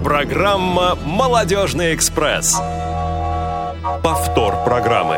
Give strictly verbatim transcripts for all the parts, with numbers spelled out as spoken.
Программа «Молодежный экспресс». Повтор программы.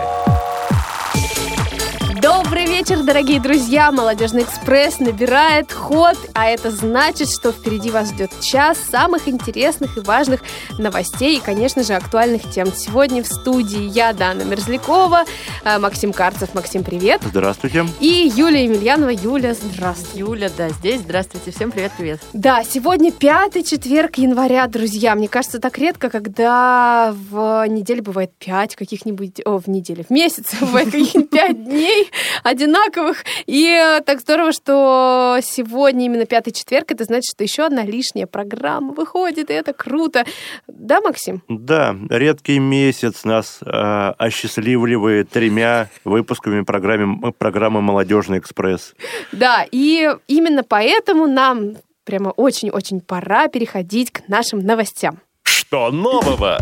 Добрый вечер, дорогие друзья! «Молодежный экспресс» набирает ход, а это значит, что впереди вас ждет час самых интересных и важных новостей и, конечно же, актуальных тем. Сегодня в студии я, Дана Мерзлякова, Максим Карцев. Максим, привет! Здравствуйте! И Юлия Емельянова. Юля, здравствуй! Юля, да, здесь. Здравствуйте, всем привет-привет! Да, сегодня пятый четверг января, друзья. Мне кажется, так редко, когда в неделе бывает пять каких-нибудь... О, в неделе, в месяц бывает каких-нибудь пять дней одинаковых. И так здорово, что сегодня именно пятый четверг. Это значит, что еще одна лишняя программа выходит, и это круто. Да, Максим? Да, редкий месяц нас э, осчастливливает тремя выпусками программы, программы «Молодежный экспресс». Да, и именно поэтому нам прямо очень-очень пора переходить к нашим новостям. Что нового?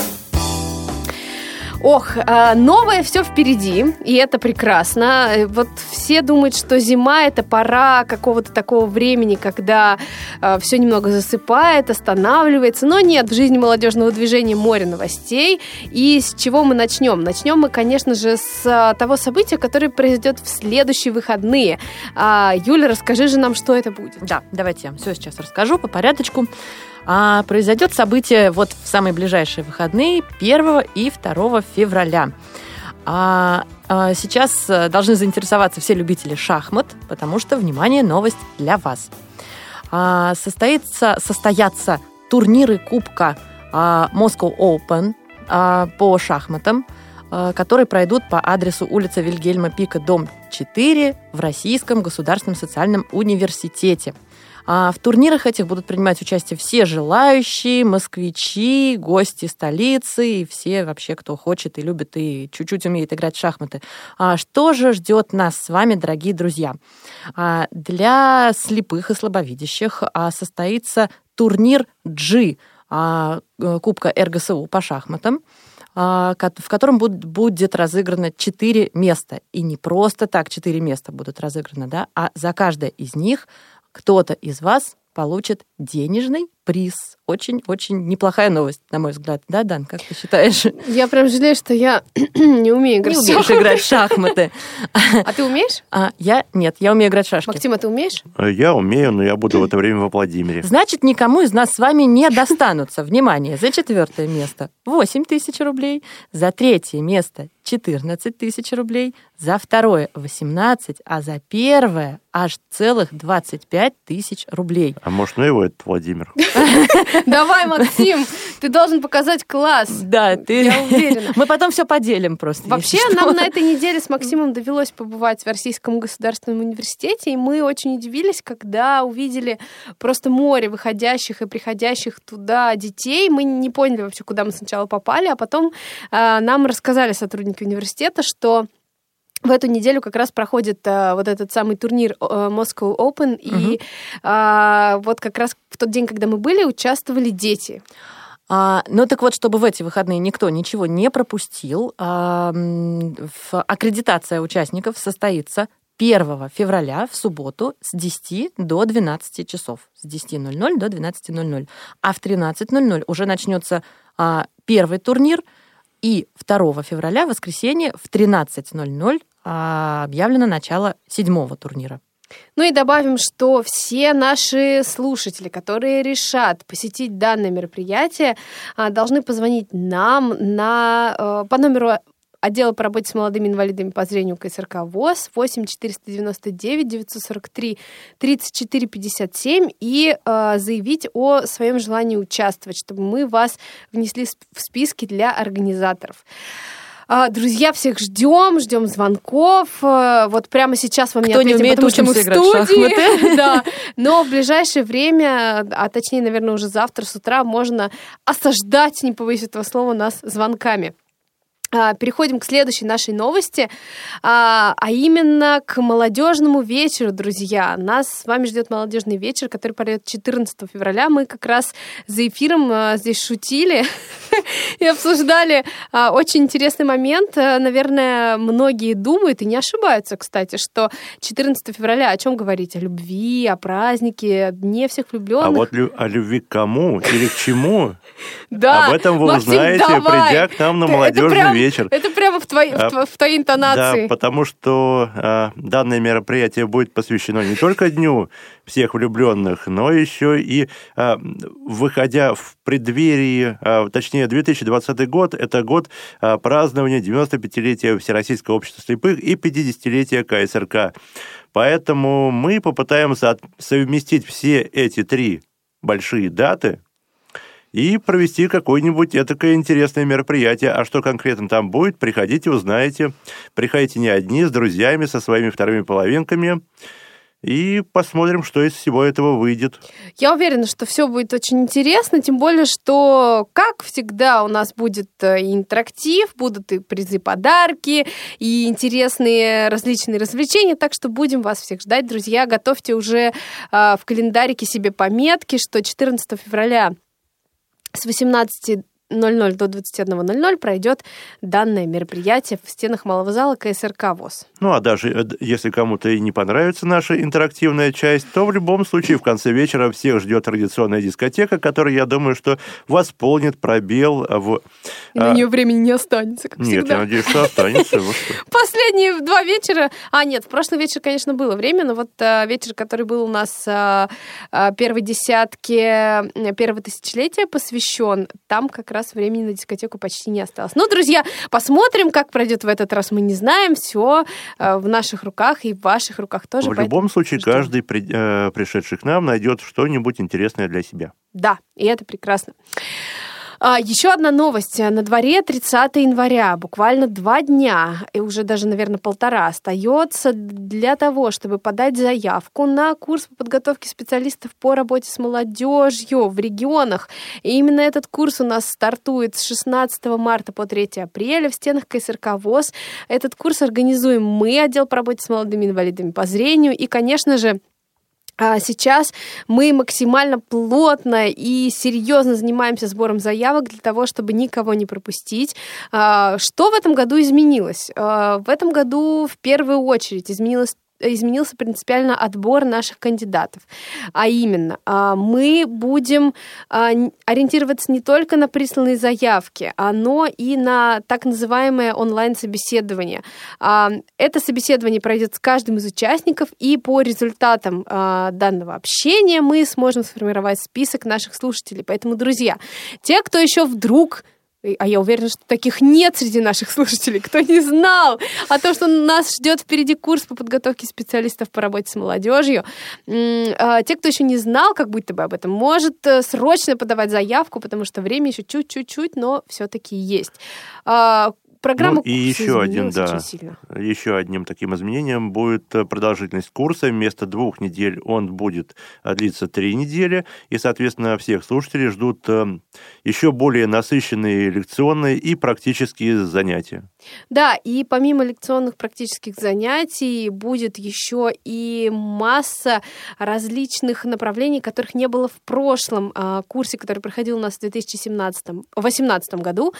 Ох, новое все впереди, и это прекрасно. Вот все думают, что зима — это пора какого-то такого времени, когда все немного засыпает, останавливается. Но нет, в жизни молодежного движения море новостей. И с чего мы начнем? Начнем мы, конечно же, с того события, которое произойдет в следующие выходные. Юля, расскажи же нам, что это будет. Да, давайте я все сейчас расскажу по порядочку. А произойдет событие вот в самые ближайшие выходные первого и второго февраля. А, а сейчас должны заинтересоваться все любители шахмат, потому что, внимание, новость для вас. А, состоится, состоятся турниры Кубка а, Moscow Open а, по шахматам, а, которые пройдут по адресу улица Вильгельма Пика, дом четыре в Российском государственном социальном университете. А в турнирах этих будут принимать участие все желающие, москвичи, гости столицы и все вообще, кто хочет и любит и чуть-чуть умеет играть в шахматы. А что же ждет нас с вами, дорогие друзья? А для слепых и слабовидящих а, состоится турнир G а, Кубка эр гэ эс у по шахматам, в котором будет разыграно четыре места. И не просто так четыре места будут разыграны, да, а за каждое из них кто-то из вас получит денежный приз. Очень-очень неплохая новость, на мой взгляд. Да, Дан, как ты считаешь? Я прям жалею, что я не умею играть в шахматы. Не умеешь играть в шахматы. А ты умеешь? А, я нет, я умею играть в шашки. Максим, а ты умеешь? Я умею, но я буду в это время во Владимире. Значит, никому из нас с вами не достанутся. Внимание, за четвертое место восемь тысяч рублей, за третье место четырнадцать тысяч рублей, за второе восемнадцать, а за первое аж целых двадцать пять тысяч рублей. А может, ну его этот Владимир? Давай, Максим, ты должен показать класс. Да, ты... Я уверена. Мы потом все поделим просто. Вообще, нам на этой неделе с Максимом довелось побывать в Российском государственном университете, и мы очень удивились, когда увидели просто море выходящих и приходящих туда детей. Мы не поняли вообще, куда мы сначала попали, а потом э, нам рассказали сотрудники университета, что в эту неделю как раз проходит а, вот этот самый турнир а, Moscow Open, угу. и а, вот как раз в тот день, когда мы были, участвовали дети. А, ну так вот, чтобы в эти выходные никто ничего не пропустил, а, аккредитация участников состоится первого февраля в субботу с десяти до двенадцати часов. С десяти ноль-ноль до двенадцати ноль-ноль. А в тринадцать ноль-ноль уже начнется а, первый турнир, и второго февраля, в воскресенье, в тринадцать ноль-ноль объявлено начало седьмого турнира. Ну и добавим, что все наши слушатели, которые решат посетить данное мероприятие, должны позвонить нам на, по номеру отдела по работе с молодыми инвалидами по зрению ка эс эр ка ВОС восемь четыреста девяносто девять девятьсот сорок три тридцать четыре пятьдесят семь и э, заявить о своем желании участвовать, чтобы мы вас внесли в списки для организаторов. Друзья, всех ждем, ждем звонков. Вот прямо сейчас вам не ответим, не умеет, потому что мы в студии. Да. Но в ближайшее время, а точнее, наверное, уже завтра с утра, можно осаждать, не побоюсь этого слова, нас звонками. Переходим к следующей нашей новости, а именно к молодежному вечеру, друзья. Нас с вами ждет молодежный вечер, который пройдет четырнадцатого февраля. Мы как раз за эфиром здесь шутили и обсуждали очень интересный момент. Наверное, многие думают, и не ошибаются, кстати, что четырнадцатого февраля о чем говорить? О любви, о празднике, о дне всех влюбленных. А вот лю- о любви к кому или к чему? Да, об этом вы Максим, узнаете, давай. придя к нам на молодежный прям, вечер. Это прямо в твоей, а, в, в твоей интонации. Да, потому что а, данное мероприятие будет посвящено не только Дню всех влюбленных, но еще и а, выходя в преддверии, а, точнее, две тысячи двадцатый год, это год а, празднования девяносто пятилетия Всероссийского общества слепых и пятидесятилетия ка эс эр ка. Поэтому мы попытаемся совместить все эти три большие даты и провести какое-нибудь этакое интересное мероприятие. А что конкретно там будет, приходите, узнаете. Приходите не одни, с друзьями, со своими вторыми половинками. И посмотрим, что из всего этого выйдет. Я уверена, что все будет очень интересно, тем более, что, как всегда, у нас будет и интерактив, будут и призы, подарки, и интересные различные развлечения, так что будем вас всех ждать, друзья. Готовьте уже э, в календарике себе пометки, что четырнадцатого февраля с восемнадцати ноль-ноль до двадцати одного ноль-ноль пройдет данное мероприятие в стенах малого зала ка эс эр ка ВОС. Ну, а даже если кому-то и не понравится наша интерактивная часть, то в любом случае в конце вечера всех ждет традиционная дискотека, которая, я думаю, что восполнит пробел в... И на нее времени не останется, как Нет, всегда. я надеюсь, что останется. Последние два вечера... А, нет, в прошлый вечер, конечно, было время, но вот а, вечер, который был у нас а, а, первой десятке первого тысячелетия посвящен, там как раз времени на дискотеку почти не осталось. Ну, друзья, посмотрим, как пройдет в этот раз, мы не знаем. Все в наших руках и в ваших руках тоже. В любом случае, ждем. Каждый, пришедший к нам, найдет что-нибудь интересное для себя. Да, и это прекрасно. Еще одна новость. На дворе тридцатого января, буквально два дня, и уже даже, наверное, полтора, остается для того, чтобы подать заявку на курс по подготовке специалистов по работе с молодежью в регионах. И именно этот курс у нас стартует с шестнадцатого марта по третьего апреля в стенах ка эс эр ка ВОС. Этот курс организуем мы, отдел по работе с молодыми инвалидами по зрению, и, конечно же, сейчас мы максимально плотно и серьезно занимаемся сбором заявок для того, чтобы никого не пропустить. Что в этом году изменилось? В этом году в первую очередь изменилось изменился принципиально отбор наших кандидатов. А именно, мы будем ориентироваться не только на присланные заявки, но и на так называемое онлайн-собеседование. Это собеседование пройдет с каждым из участников, и по результатам данного общения мы сможем сформировать список наших слушателей. Поэтому, друзья, те, кто еще вдруг... А я уверена, что таких нет среди наших слушателей, кто не знал о том, что нас ждет впереди курс по подготовке специалистов по работе с молодежью. Те, кто еще не знал, как будто бы об этом, может срочно подавать заявку, потому что время еще чуть-чуть, но все-таки есть. Программа ну, и еще один, да, еще одним таким изменением будет продолжительность курса. Вместо двух недель он будет длиться три недели. И, соответственно, всех слушателей ждут еще более насыщенные лекционные и практические занятия. Да, и помимо лекционных практических занятий будет еще и масса различных направлений, которых не было в прошлом курсе, который проходил у нас в две тысячи семнадцатом, две тысячи восемнадцатом году.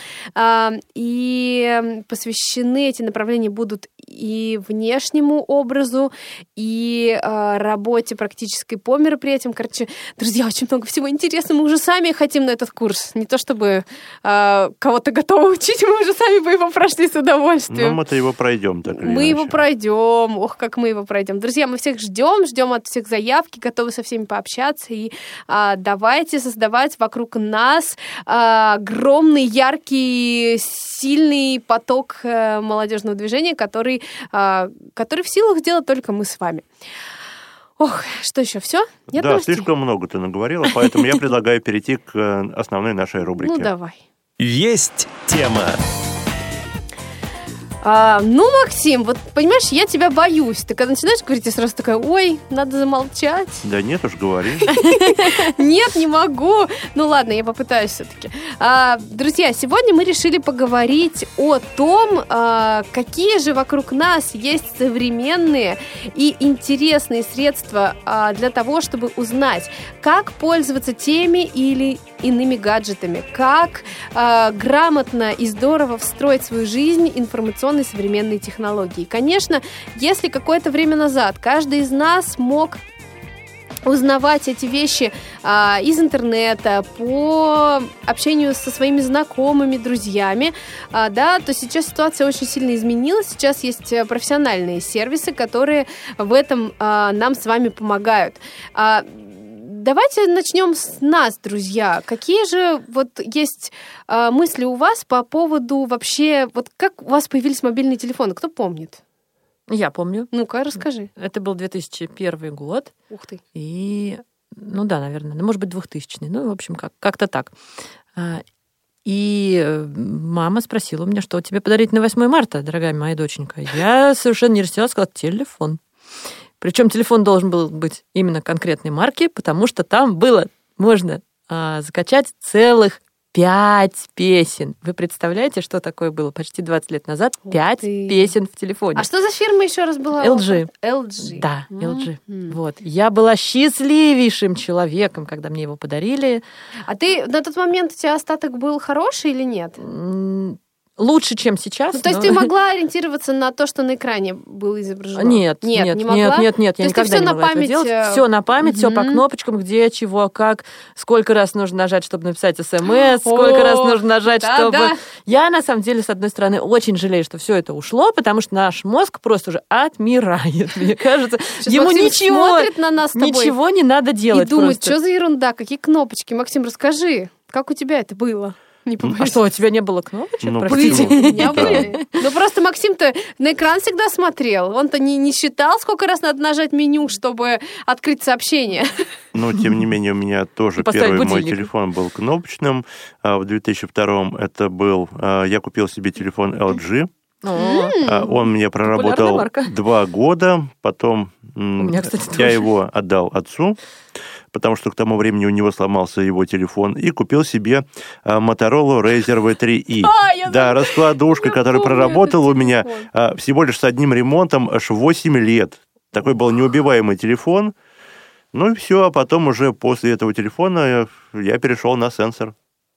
И посвящены эти направления будут и внешнему образу, и э, работе практической по мероприятиям. Короче, друзья, очень много всего интересного. Мы уже сами хотим на этот курс. Не то чтобы э, кого-то готовы учить, мы уже сами бы его прошли с удовольствием. Но мы-то его пройдем, так или Мы иначе. его пройдем. Ох, как мы его пройдем. Друзья, мы всех ждем, ждем от всех заявки, готовы со всеми пообщаться. И э, давайте создавать вокруг нас э, огромный, яркий, сильный поток э, молодежного движения, который, э, который в силах сделать только мы с вами. Ох, что еще, все? Нет да, новостей? Слишком много ты наговорила, поэтому я предлагаю перейти к основной нашей рубрике. Ну, давай. Есть тема. А, ну, Максим, вот понимаешь, я тебя боюсь. Ты когда начинаешь говорить, я сразу такая, ой, надо замолчать. Да нет уж, говори. Нет, не могу. Ну ладно, я попытаюсь все-таки. А, друзья, сегодня мы решили поговорить о том, а, какие же вокруг нас есть современные и интересные средства а, для того, чтобы узнать, как пользоваться теми или иными гаджетами, как а, грамотно и здорово встроить в свою жизнь информационные современные технологии. Конечно, если какое-то время назад каждый из нас мог узнавать эти вещи а, из интернета, по общению со своими знакомыми, друзьями, а, да, то сейчас ситуация очень сильно изменилась. Сейчас есть профессиональные сервисы, которые в этом а, нам с вами помогают. А, Давайте начнем с нас, друзья. Какие же вот есть а, мысли у вас по поводу вообще, вот как у вас появились мобильные телефоны? Кто помнит? Я помню. Ну-ка, расскажи. Это был две тысячи первый год. Ух ты. И, ну да, наверное, ну, может быть, двухтысячный. Ну, в общем, как- как-то так. А, И мама спросила у меня, что тебе подарить на восьмое марта, дорогая моя доченька. Я совершенно не растерялась, сказала, телефон. Причем телефон должен был быть именно конкретной марки, потому что там было можно а, закачать целых пять песен. Вы представляете, что такое было почти двадцать лет назад? Ух Пять ты. песен в телефоне. А что за фирма еще раз была? эл джи. эл джи. Да, эл джи. М. Вот. Я была счастливейшим человеком, когда мне его подарили. А ты на тот момент у тебя остаток был хороший или нет? М, Лучше, чем сейчас. Ну, то есть но- ты могла ориентироваться на то, что на экране было изображено? Нет, нет, нет, не нет, могла? нет, нет, То я есть ты никогда всё не на могла этого память, делать. э, Все на память, все по мгм. кнопочкам, где, чего, как, сколько раз нужно нажать, чтобы написать смс, сколько О, раз нужно нажать, да, чтобы... да. Я, на самом деле, с одной стороны, очень жалею, что все это ушло, потому что наш мозг просто уже отмирает, мне кажется. Сейчас Ему Максим ничего, смотрит на нас с тобой ничего не надо и делать думает, просто. что за ерунда, какие кнопочки. Максим, расскажи, как у тебя это было? Не А побоюсь. что, у тебя не было кнопочек? Ну, Простите. почему? У меня Да. были. Ну, просто Максим-то на экран всегда смотрел. Он-то не, не считал, сколько раз надо нажать меню, чтобы открыть сообщение. Но, тем не менее, у меня тоже И поставить первый мой будильник. телефон был кнопочным. А В две тысячи втором это был... а, Я купил себе телефон эл джи. О, А, Он мне проработал марка. два года. Потом м, У меня, кстати, я тоже. его отдал отцу, потому что к тому времени у него сломался его телефон, и купил себе а, Motorola Razr ви три и. А, я Да, знаю. раскладушка, Я которая помню проработала этот у меня телефон. а, всего лишь с одним ремонтом аж восемь лет. Такой был неубиваемый телефон. Ну и все, а потом уже после этого телефона я перешел на сенсор.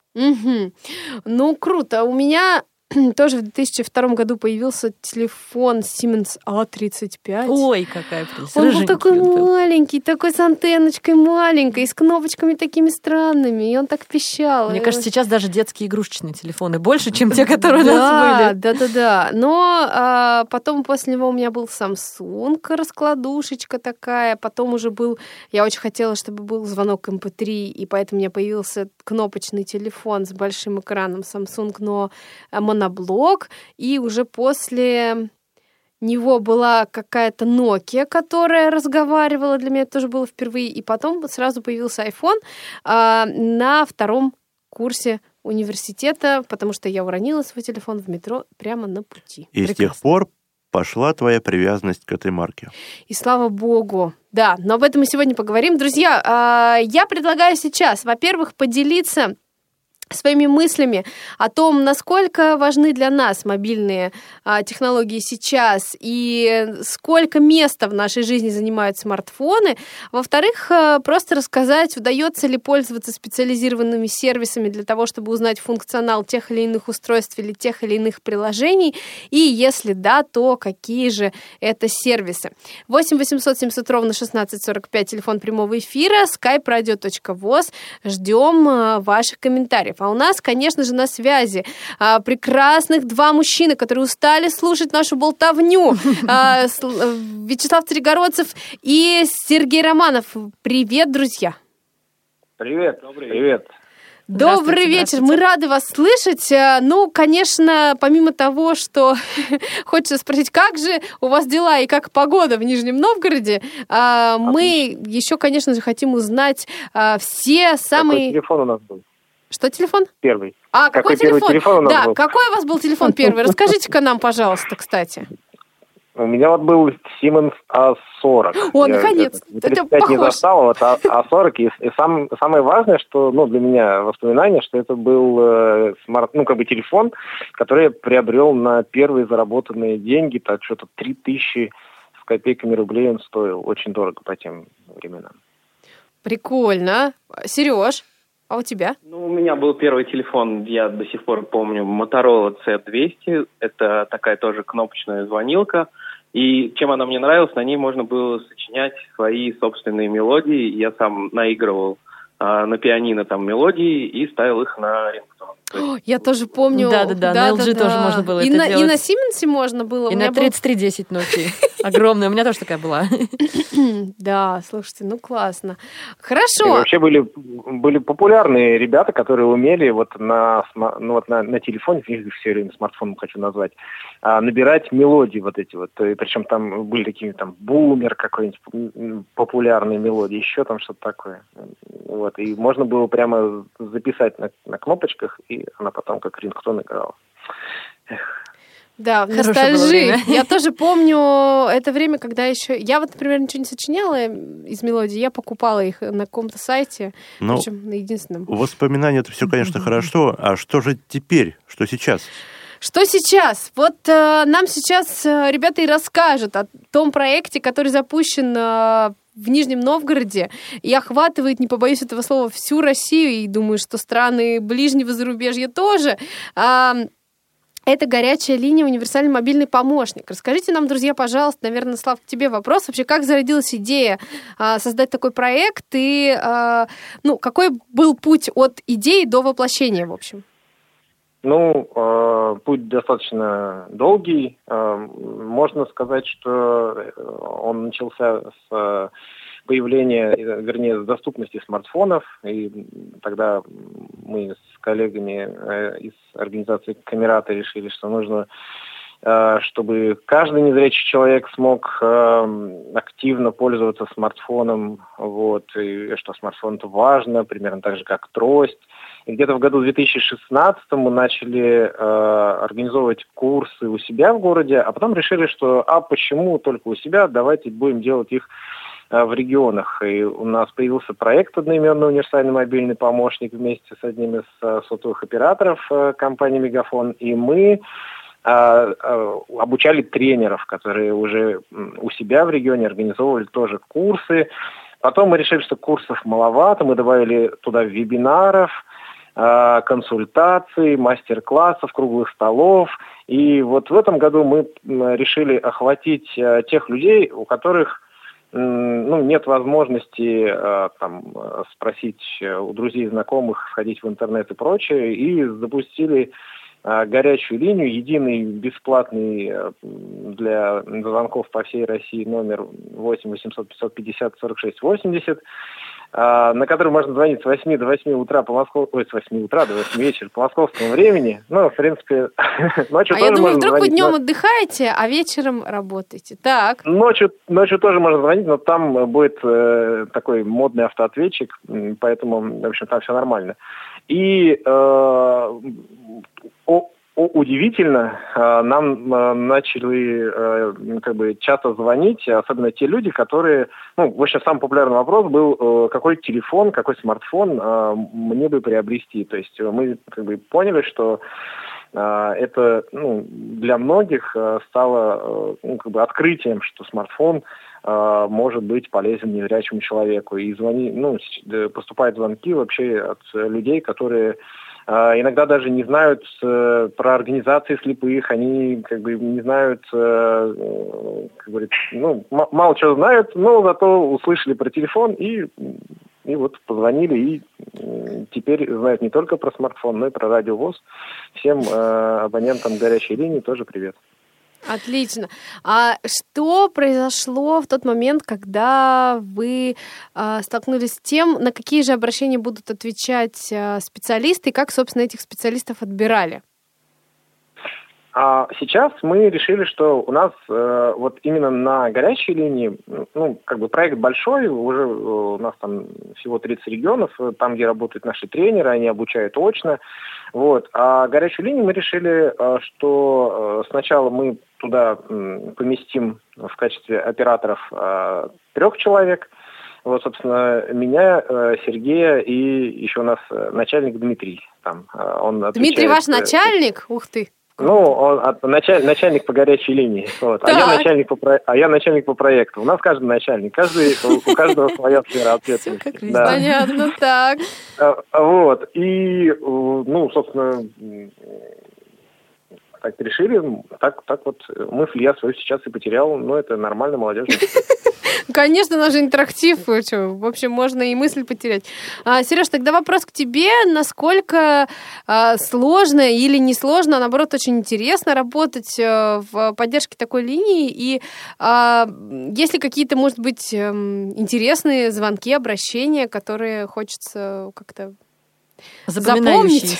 Мгм. Ну, круто. У меня тоже в две тысячи втором году появился телефон Siemens а тридцать пять. Ой, какая прелесть. Он был Рыженький такой он был. маленький, такой с антенночкой маленькой, с кнопочками такими странными, и он так пищал. Мне И кажется, сейчас даже детские игрушечные телефоны больше, чем те, которые у нас да, были. да, да, да. Но а, потом после него у меня был Samsung, раскладушечка такая. Потом уже был, я очень хотела, чтобы был звонок эм пэ три, и поэтому у меня появился кнопочный телефон с большим экраном Samsung, но а, моноблок. И уже после него была какая-то Nokia, которая разговаривала. Для меня это тоже было впервые. И потом сразу появился iPhone а, на втором курсе университета, потому что я уронила свой телефон в метро прямо на пути. И с тех Прекрасно. пор пошла твоя привязанность к этой марке. И слава богу. Да, но об этом мы сегодня поговорим. Друзья, а, я предлагаю сейчас, во-первых, поделиться своими мыслями о том, насколько важны для нас мобильные а, технологии сейчас и сколько места в нашей жизни занимают смартфоны. Во-вторых, а, просто рассказать, удается ли пользоваться специализированными сервисами для того, чтобы узнать функционал тех или иных устройств или тех или иных приложений. И если да, то какие же это сервисы. восемь восемьсот семьсот ровно шестнадцать сорок пять, телефон прямого эфира, skype radio точка voz. Ждем а, ваших комментариев. А у нас, конечно же, на связи а, прекрасных два мужчины, которые устали слушать нашу болтовню. А, с- Вячеслав Царегородцев и Сергей Романов. Привет, друзья. Привет, привет. Добрый Здравствуйте, вечер, здравствуйте. мы рады вас слышать. А, Ну, конечно, помимо того, что хочется спросить, как же у вас дела и как погода в Нижнем Новгороде, а, мы еще, конечно же, хотим узнать а, все Какой самые... телефон у нас был? Что телефон? Первый. А, какой, какой телефон? Первый телефон у нас да, был? какой у вас был телефон первый? Расскажите-ка нам, пожалуйста, кстати. У меня вот был Siemens а сорок. О, наконец! тридцать пять не застал, вот а сорок. И, и сам, самое важное, что, ну, для меня воспоминание, что это был э, смарт, ну, как бы телефон, который я приобрел на первые заработанные деньги, так что-то три тысячи с копейками рублей он стоил. Очень дорого по тем временам. Прикольно. Сереж, а у тебя? Ну, у меня был первый телефон, я до сих пор помню, Motorola си двести. Это такая тоже кнопочная звонилка. И чем она мне нравилась, на ней можно было сочинять свои собственные мелодии. Я сам наигрывал а, на пианино там мелодии и ставил их на рингтон. О, я тоже помню. Да-да-да, на эл джи тоже можно было и это на, делать. И на Siemens можно было. И на тридцать три десять Nokia. Огромная, у меня тоже такая была. Да, слушайте, ну классно. Хорошо. И вообще были, были популярные ребята, которые умели вот на, ну, вот на, на телефоне, их все время смартфоном хочу назвать, а, набирать мелодии вот эти вот. И причем там были такие там бумер какой-нибудь популярные мелодии, еще там что-то такое. Вот. И можно было прямо записать на, на кнопочках, и она потом как рингтон играла. Эх. Да, Хорошее ностальжи. Я тоже помню это время, когда еще... Я вот, например, ничего не сочиняла из мелодий, я покупала их на каком-то сайте, ну, причем на единственном. Воспоминания — это все, конечно, хорошо. А что же теперь? Что сейчас? Что сейчас? Вот э, нам сейчас э, ребята и расскажут о том проекте, который запущен э, в Нижнем Новгороде и охватывает, не побоюсь этого слова, всю Россию, и думаю, что страны ближнего зарубежья тоже. Э, Это горячая линия «Универсальный мобильный помощник». Расскажите нам, друзья, пожалуйста, наверное, Слав, к тебе вопрос. Вообще, как зародилась идея а, создать такой проект и а, ну, какой был путь от идеи до воплощения, в общем? Ну, э, путь достаточно долгий. Э, можно сказать, что он начался с появления, вернее, с доступности смартфонов. И тогда мы с коллегами из организации Камерата решили, что нужно, чтобы каждый незрячий человек смог активно пользоваться смартфоном, вот, и что смартфон это важно, примерно так же, как трость. И где-то в году две тысячи шестнадцатом мы начали э, организовывать курсы у себя в городе, а потом решили, что а почему только у себя, давайте будем делать их э, в регионах. И у нас появился проект «Одноименный универсальный мобильный помощник» вместе с одним из э, сотовых операторов э, компании «Мегафон». И мы э, э, обучали тренеров, которые уже у себя в регионе организовывали тоже курсы. Потом мы решили, что курсов маловато, мы добавили туда вебинаров, консультаций, мастер-классов, круглых столов. И вот в этом году мы решили охватить тех людей, у которых ну, нет возможности там, спросить у друзей, знакомых, входить в интернет и прочее, и запустили горячую линию, единый бесплатный для звонков по всей России номер восемь восемьсот пятьсот пятьдесят сорок шесть восемьдесят, на который можно звонить с восьми до восьми утра по Москве, ой, с восьми утра до восьми вечера по московскому времени. Ну, в принципе, ночью а тоже я думаю, можно вдруг звонить. вы днем но... отдыхаете, а вечером работаете. Так. Ночью, ночью тоже можно звонить, но там будет э, такой модный автоответчик, поэтому, в общем, там все нормально. И э, о, о, удивительно, э, нам э, начали э, как бы часто звонить, особенно те люди, которые, ну, в общем, самый популярный вопрос был, э, какой телефон, какой смартфон э, мне бы приобрести. То есть мы как бы поняли, что э, это, ну, для многих э, стало э, ну, как бы открытием, что смартфон э, может быть полезен незрячему человеку. И звони, ну, поступают звонки вообще от людей, которые иногда даже не знают э, про организации слепых, они как бы не знают, э, как говорится, ну, м- мало чего знают, но зато услышали про телефон и, и вот позвонили, и э, теперь знают не только про смартфон, но и про Радио ВОС. Всем э, абонентам горячей линии тоже привет. Отлично. А что произошло в тот момент, когда вы э, столкнулись с тем, на какие же обращения будут отвечать э, специалисты, и как, собственно, этих специалистов отбирали? А сейчас мы решили, что у нас э, вот именно на горячей линии, ну, как бы проект большой, уже у нас там всего тридцать регионов, там, где работают наши тренеры, они обучают очно. Вот. А горячую линию мы решили, э, что э, сначала мы туда э, поместим в качестве операторов э, трех человек. Вот, собственно, меня, э, Сергея и еще у нас начальник Дмитрий. Там, э, он Дмитрий ваш начальник? Ух ты! Ну, он от, началь, начальник по горячей линии, вот. а, я начальник по про, а я начальник по проекту. У нас каждый начальник, каждый, у каждого своя сфера ответственности. Да. Понятно, так. Вот, и, ну, собственно, так решили, так, так вот мысль я свою сейчас и потерял, но это нормально, молодежно. Конечно, наш интерактив, в общем, можно и мысль потерять. А, Сереж, тогда вопрос к тебе. Насколько а, сложно или не сложно, а наоборот, очень интересно работать а, в поддержке такой линии? И а, есть ли какие-то, может быть, интересные звонки, обращения, которые хочется как-то запомнить?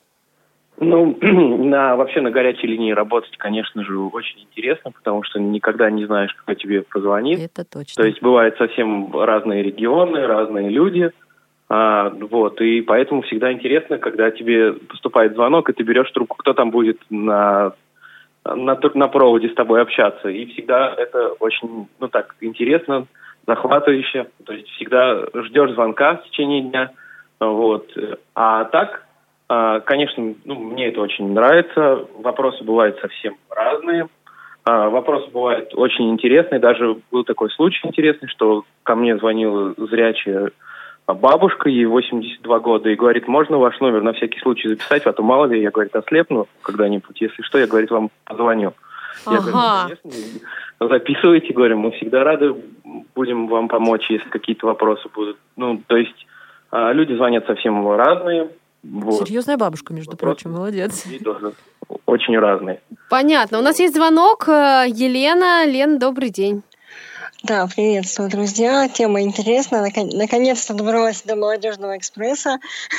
Ну, на, вообще на горячей линии работать, конечно же, очень интересно, потому что никогда не знаешь, кто тебе позвонит. Это точно. То есть бывают совсем разные регионы, разные люди. А, вот, и поэтому всегда интересно, когда тебе поступает звонок, и ты берешь трубку, кто там будет на, на, на проводе с тобой общаться. И всегда это очень, ну так, интересно, захватывающе. То есть всегда ждешь звонка в течение дня. Вот. А так... Конечно, ну, мне это очень нравится. Вопросы бывают совсем разные. Вопросы бывают очень интересные. Даже был такой случай интересный, что ко мне звонила зрячая бабушка, ей восемьдесят два года, и говорит, можно ваш номер на всякий случай записать, а то мало ли, я, говорит, ослепну когда-нибудь. Если что, я, говорит, вам позвоню. Я ага. говорю, конечно, записывайте, говорю, мы всегда рады будем вам помочь, если какие-то вопросы будут. Ну, то есть люди звонят совсем разные. Вот. Серьезная бабушка, между Вопрос, прочим, молодец. Тоже очень разные. Понятно. У нас есть звонок. Елена. Лен, добрый день. Да, приветствую, друзья. Тема интересная. Наконец-то добралась до Молодежного экспресса.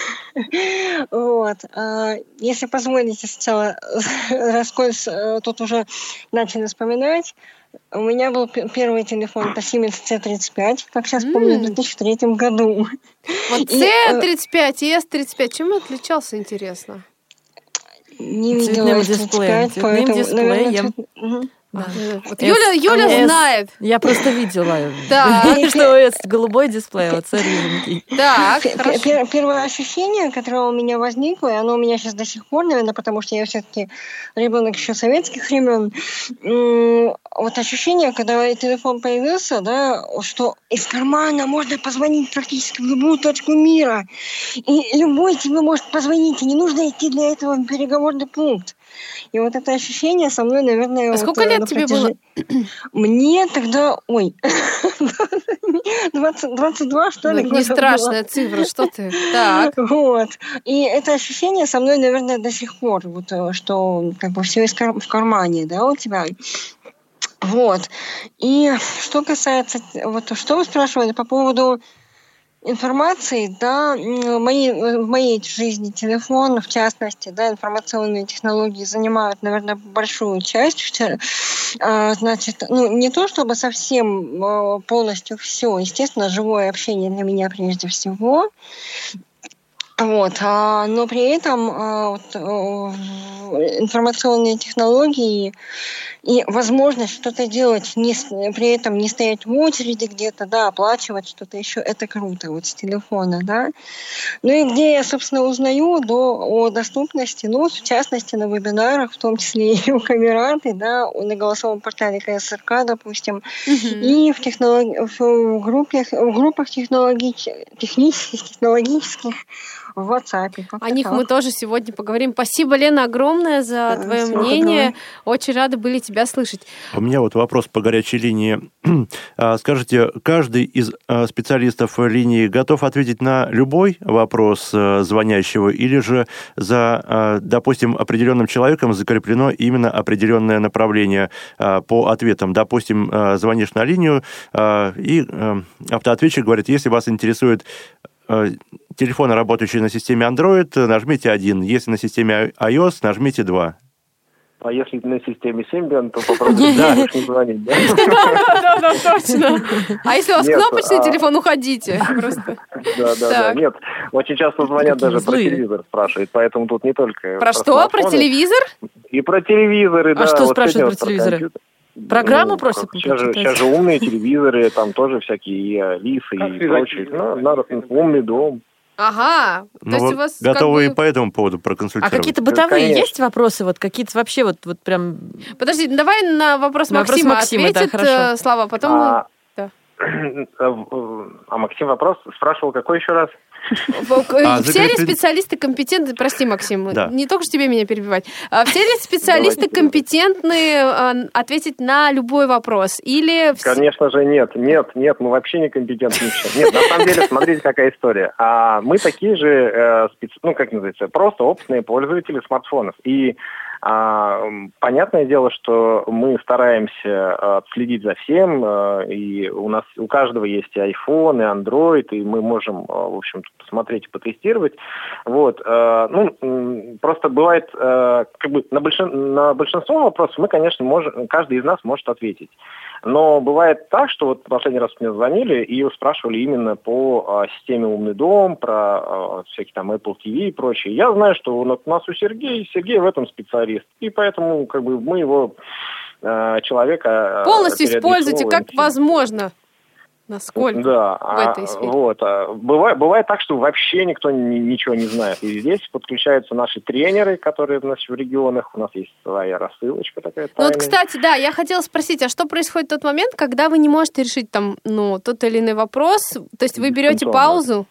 Вот. Если позволите, сначала, раскольц тут уже начали вспоминать, у меня был первый телефон, это Siemens си тридцать пять, как сейчас помню, в две тысячи третьем году. Вот си тридцать пять и эс тридцать пять, чем он отличался, интересно? Не видела эс тридцать пять, поэтому, наверное, цвет... Да. Вот Юля, Юля S, знает. Я просто видела, да. что у эс голубой дисплей, а C рыженький. Так, Первое ощущение, которое у меня возникло, и оно у меня сейчас до сих пор, наверное, потому что я все-таки ребенок еще советских времен, вот ощущение, когда телефон появился, да, что из кармана можно позвонить практически в любую точку мира, и любой тебе может позвонить, и не нужно идти для этого в переговорный пункт. И вот это ощущение со мной, наверное... А вот, сколько лет тебе протяж... было? Мне тогда... Ой, двадцать, двадцать два, что ли? Ну, не страшная было. Цифра, что ты? Так. Вот. И это ощущение со мной, наверное, до сих пор, вот, что как бы все в кармане, да, у тебя... Вот. И что касается... Вот что вы спрашивали по поводу... информации, да, в моей, в моей жизни телефон, в частности, да, информационные технологии занимают, наверное, большую часть. Значит, ну, не то чтобы совсем полностью все, естественно, живое общение для меня прежде всего. Вот, а, но при этом а, вот, информационные технологии и возможность что-то делать, не, при этом не стоять в очереди где-то, да, оплачивать что-то еще, это круто, вот с телефона, да. Ну и где я, собственно, узнаю до, о доступности, ну, в частности, на вебинарах, в том числе и у Камераты, да, на голосовом портале ка эс эр ка, допустим, mm-hmm. и в, технолог... в, группах, в группах технологич... технических, технологических, в WhatsApp. О них мы тоже сегодня поговорим. Спасибо, Лена, огромное за да, твое мнение. Доброго. Очень рады были тебя слышать. У меня вот вопрос по горячей линии. Скажите, каждый из специалистов линии готов ответить на любой вопрос звонящего, или же за, допустим, определенным человеком закреплено именно определенное направление по ответам? Допустим, звонишь на линию, и автоответчик говорит, если вас интересует телефоны, работающие на системе Android, нажмите один. Если на системе iOS, нажмите два. А если на системе Symbian, то попробуйте не звонить, да? Да, да, точно. А если у вас кнопочный телефон, уходите. Просто. Да, да, да. Нет, очень часто звонят даже про телевизор, спрашивают, поэтому тут не только... Про что? Про телевизор? И про телевизоры, да. А что спрашивают про телевизоры? Программу просят? Сейчас же, сейчас же умные телевизоры, там тоже всякие и Алисы, и прочие. Ну, надо умный дом. Ага. Ну, то есть вот у вас готовы как бы... и по этому поводу проконсультировать. А какие-то бытовые Конечно. есть вопросы? Вот какие-то вообще вот, вот прям... Подожди, давай на вопрос На вопрос Максима Максима, да, ответит хорошо. Слава, потом А, мы... а Максим вопрос спрашивал, какой еще раз? А, Все ли закрепи- специалисты компетентны, прости, Максим, Да. не только что тебе меня перебивать, а все ли специалисты компетентны а, ответить на любой вопрос? Или... вс- Конечно же, нет. Нет, нет, мы вообще не компетентны. еще. Нет, на самом деле, смотрите, какая история. А мы такие же, э, специ- ну, как называется, просто опытные пользователи смартфонов. И а, м, понятное дело, что мы стараемся э, следить за всем, э, и у нас у каждого есть и iPhone, и Android, и мы можем, э, в общем-то, посмотреть и потестировать. Вот. э, ну, м, просто бывает, э, как бы на, большин- на большинство вопросов мы, конечно, можем, каждый из нас может ответить. Но бывает так, что вот последний раз мне звонили и спрашивали именно по а, системе «Умный дом», про а, всякие там Apple ти ви и прочее. Я знаю, что у нас у Сергея, Сергей в этом специалист. И поэтому как бы мы его а, человека... а, Полностью используйте как переадресовываем. возможно. Насколько Да, в этой а, сфере. вот. а, бывает, бывает так, что вообще никто ни- ничего не знает. И здесь подключаются наши тренеры, которые у нас в регионах. У нас есть своя рассылочка такая Ну вот, тайная. кстати, да, я хотела спросить, а что происходит в тот момент, когда вы не можете решить там, ну, тот или иной вопрос? То есть вы берете Дистанционно. паузу?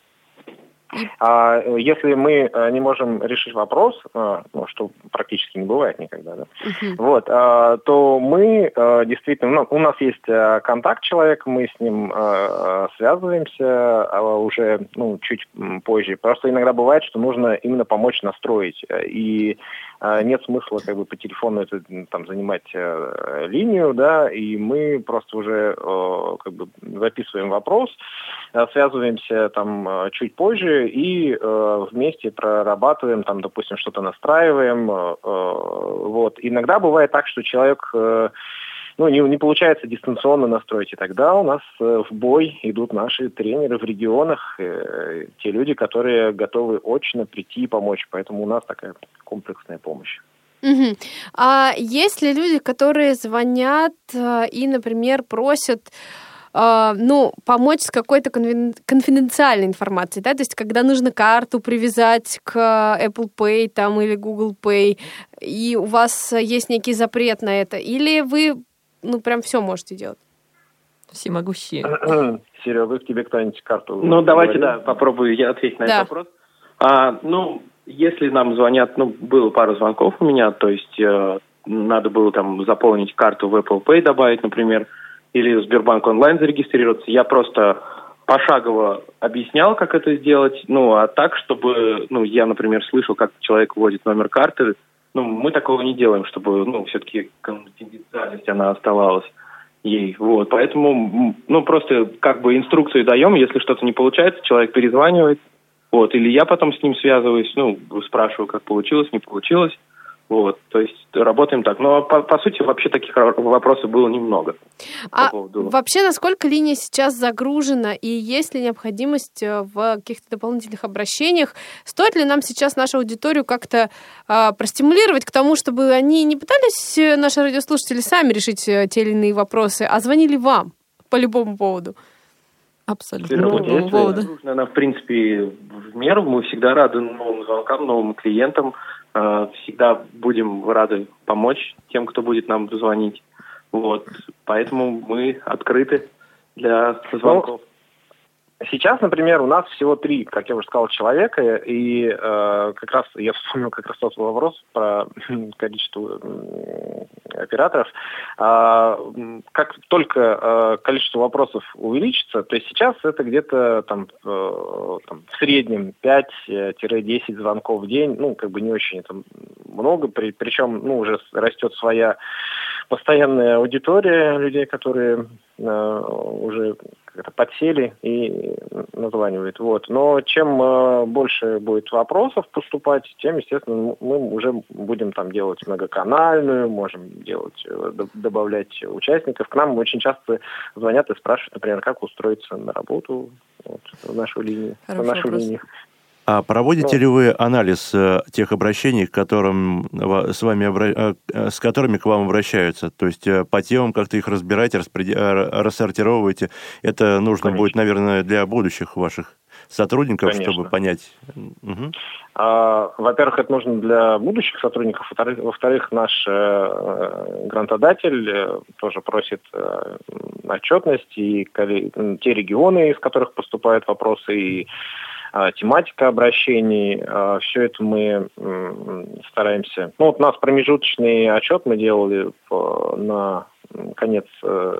А если мы э, не можем решить вопрос, э, ну, что практически не бывает никогда, да, Мгм. вот, э, то мы э, действительно, ну, у нас есть э, контакт человека, мы с ним э, связываемся а уже, ну, чуть м, позже. Просто иногда бывает, что нужно именно помочь настроить, э, и э, нет смысла как бы по телефону это, м, там, занимать э, линию, да, и мы просто уже э, как бы записываем вопрос, э, связываемся там э, чуть позже и э, вместе прорабатываем, там, допустим, что-то настраиваем. Э, вот. Иногда бывает так, что человек э, ну, не, не получается дистанционно настроить, и тогда у нас э, в бой идут наши тренеры в регионах, э, те люди, которые готовы очно прийти и помочь. Поэтому у нас такая комплексная помощь. Мгм. А есть ли люди, которые звонят э, и, например, просят э, ну, помочь с какой-то конфиден- конфиденциальной информацией, да, то есть когда нужно карту привязать к Apple Pay там, или Google Pay, и у вас есть некий запрет на это, или вы, ну, прям все можете делать? Всемогущие. Серега, к тебе кто-нибудь карту Ну, давайте, говорил? да, попробую я ответить на Да. этот вопрос. А, ну, если нам звонят, ну, было пару звонков у меня, то есть э, надо было там заполнить карту в Apple Pay, добавить, например, или в Сбербанк онлайн зарегистрироваться. Я просто пошагово объяснял, как это сделать, ну, а так, чтобы, ну, я, например, слышал, как человек вводит номер карты, ну, мы такого не делаем, чтобы, ну, все-таки конфиденциальность, она оставалась ей, вот, поэтому, м, ну, просто как бы инструкцию даем, если что-то не получается, человек перезванивает, вот, или я потом с ним связываюсь, ну, спрашиваю, как получилось, не получилось, вот, то есть работаем так. Но, по, по сути, вообще таких вопросов было немного. А по поводу... вообще, насколько линия сейчас загружена, и есть ли необходимость в каких-то дополнительных обращениях? Стоит ли нам сейчас нашу аудиторию как-то а, простимулировать к тому, чтобы они не пытались, наши радиослушатели, сами решить те или иные вопросы, а звонили вам по любому поводу? Абсолютно. Ну, по любому поводу. Она, в принципе, в меру. Мы всегда рады новым звонкам, новым клиентам. Всегда будем рады помочь тем, кто будет нам звонить. Вот. Поэтому мы открыты для звонков. Сейчас, например, у нас всего три, как я уже сказал, человека, и э, как раз я вспомнил как раз тот вопрос про количество э, операторов. А, как только э, количество вопросов увеличится, то есть сейчас это где-то там, э, там в среднем пять-десять звонков в день, ну, как бы не очень это много, при, причем, ну, уже растет своя постоянная аудитория людей, которые э, уже как-то подсели и названивают. Вот. Но чем э, больше будет вопросов поступать, тем, естественно, мы уже будем там делать многоканальную, можем делать, добавлять участников. К нам очень часто звонят и спрашивают, например, как устроиться на работу вот, в нашу линию. Хороший в нашу вопрос. линию. А проводите Ну, ли вы анализ э, тех обращений, к которым, ва- с, вами, обра- э, с которыми к вам обращаются? То есть э, по темам как-то их разбираете, распреди- э, рассортировываете? Это нужно Конечно. будет, наверное, для будущих ваших сотрудников, Конечно. чтобы понять. Угу. А, во-первых, это нужно для будущих сотрудников. Во-вторых, во-вторых, наш э, грантодатель э, тоже просит э, отчетность и коле- те регионы, из которых поступают вопросы, и э, тематика обращений. Э, все это мы э, стараемся. Ну, вот у нас промежуточный отчет мы делали по, на конец э,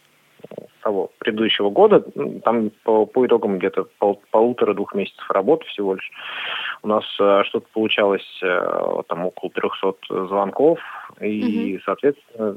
того предыдущего года, там по, по итогам где-то пол, полутора-двух месяцев работы всего лишь. У нас э, что-то получалось э, там около трехсот звонков, и, Мгм. соответственно,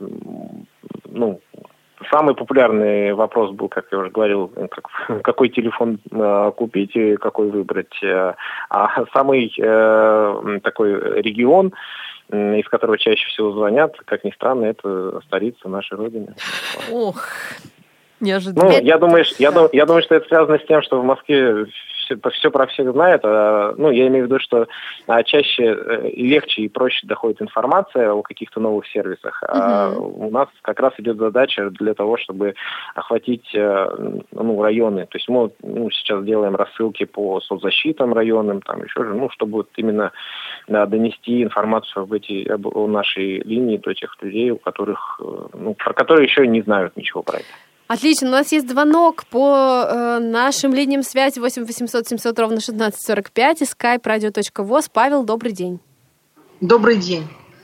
ну, самый популярный вопрос был, как я уже говорил, как, какой телефон э, купить и какой выбрать. Э, а самый э, такой регион, из которого чаще всего звонят, как ни странно, это столица нашей Родины. Ох, неожиданно. Ну, Это- я думаю, ш- я, да. ду- я думаю, что это связано с тем, что в Москве все, все про всех знают. А, ну, я имею в виду, что а, чаще э, и легче и проще доходит информация о каких-то новых сервисах. А Мгм. у нас как раз идет задача для того, чтобы охватить э, ну, районы. То есть мы ну, сейчас делаем рассылки по соцзащитам районным, там еще же, ну, чтобы вот именно да, донести информацию об эти, об, о нашей линии до тех людей, у которых, э, ну, про которые еще не знают ничего про это. Отлично, у нас есть звонок по э, нашим линиям связи восемь восемьсот семьсот ровно шестнадцать сорок пять и skype radio точка voz. Павел, добрый день. Добрый день.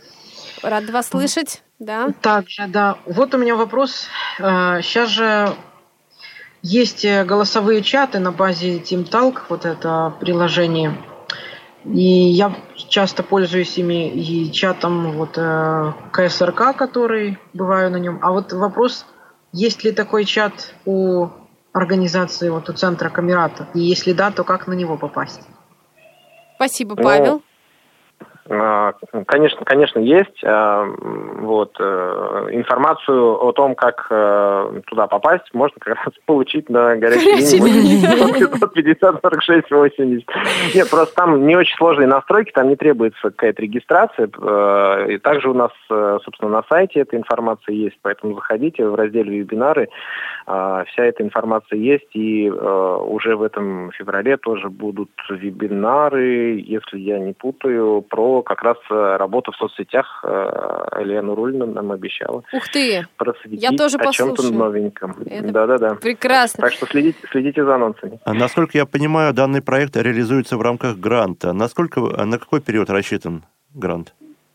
Рад вас слышать. Да. Также, да. Вот у меня вопрос. Сейчас же есть э, голосовые чаты на базе TeamTalk, вот это приложение. И я часто пользуюсь ими и чатом вот э, КСРК, который бываю на нем. А вот вопрос, есть ли такой чат у организации, вот у центра Камерата? И если да, то как на него попасть? Спасибо, Ну, Павел. А, Конечно, конечно, есть. А, Вот. э, Информацию о том, как э, туда попасть, можно как раз получить на горячей Горячей линии линии. пятьсот пятьдесят сорок шесть восемьдесят. Нет, просто там не очень сложные настройки, там не требуется какая-то регистрация. э, И также у нас, э, собственно, на сайте эта информация есть, поэтому заходите в разделе «Вебинары». а, Вся эта информация есть, и э, уже в этом феврале тоже будут вебинары, если я не путаю, про как раз э, работу в соцсетях. э, Елена Рульна нам обещала Ух ты, просветить Я тоже о чем-то послушаю. новеньком. Это Да-да-да. прекрасно. Так что следите, следите за анонсами. А насколько я понимаю, данный проект реализуется в рамках гранта. Насколько, на какой период рассчитан грант?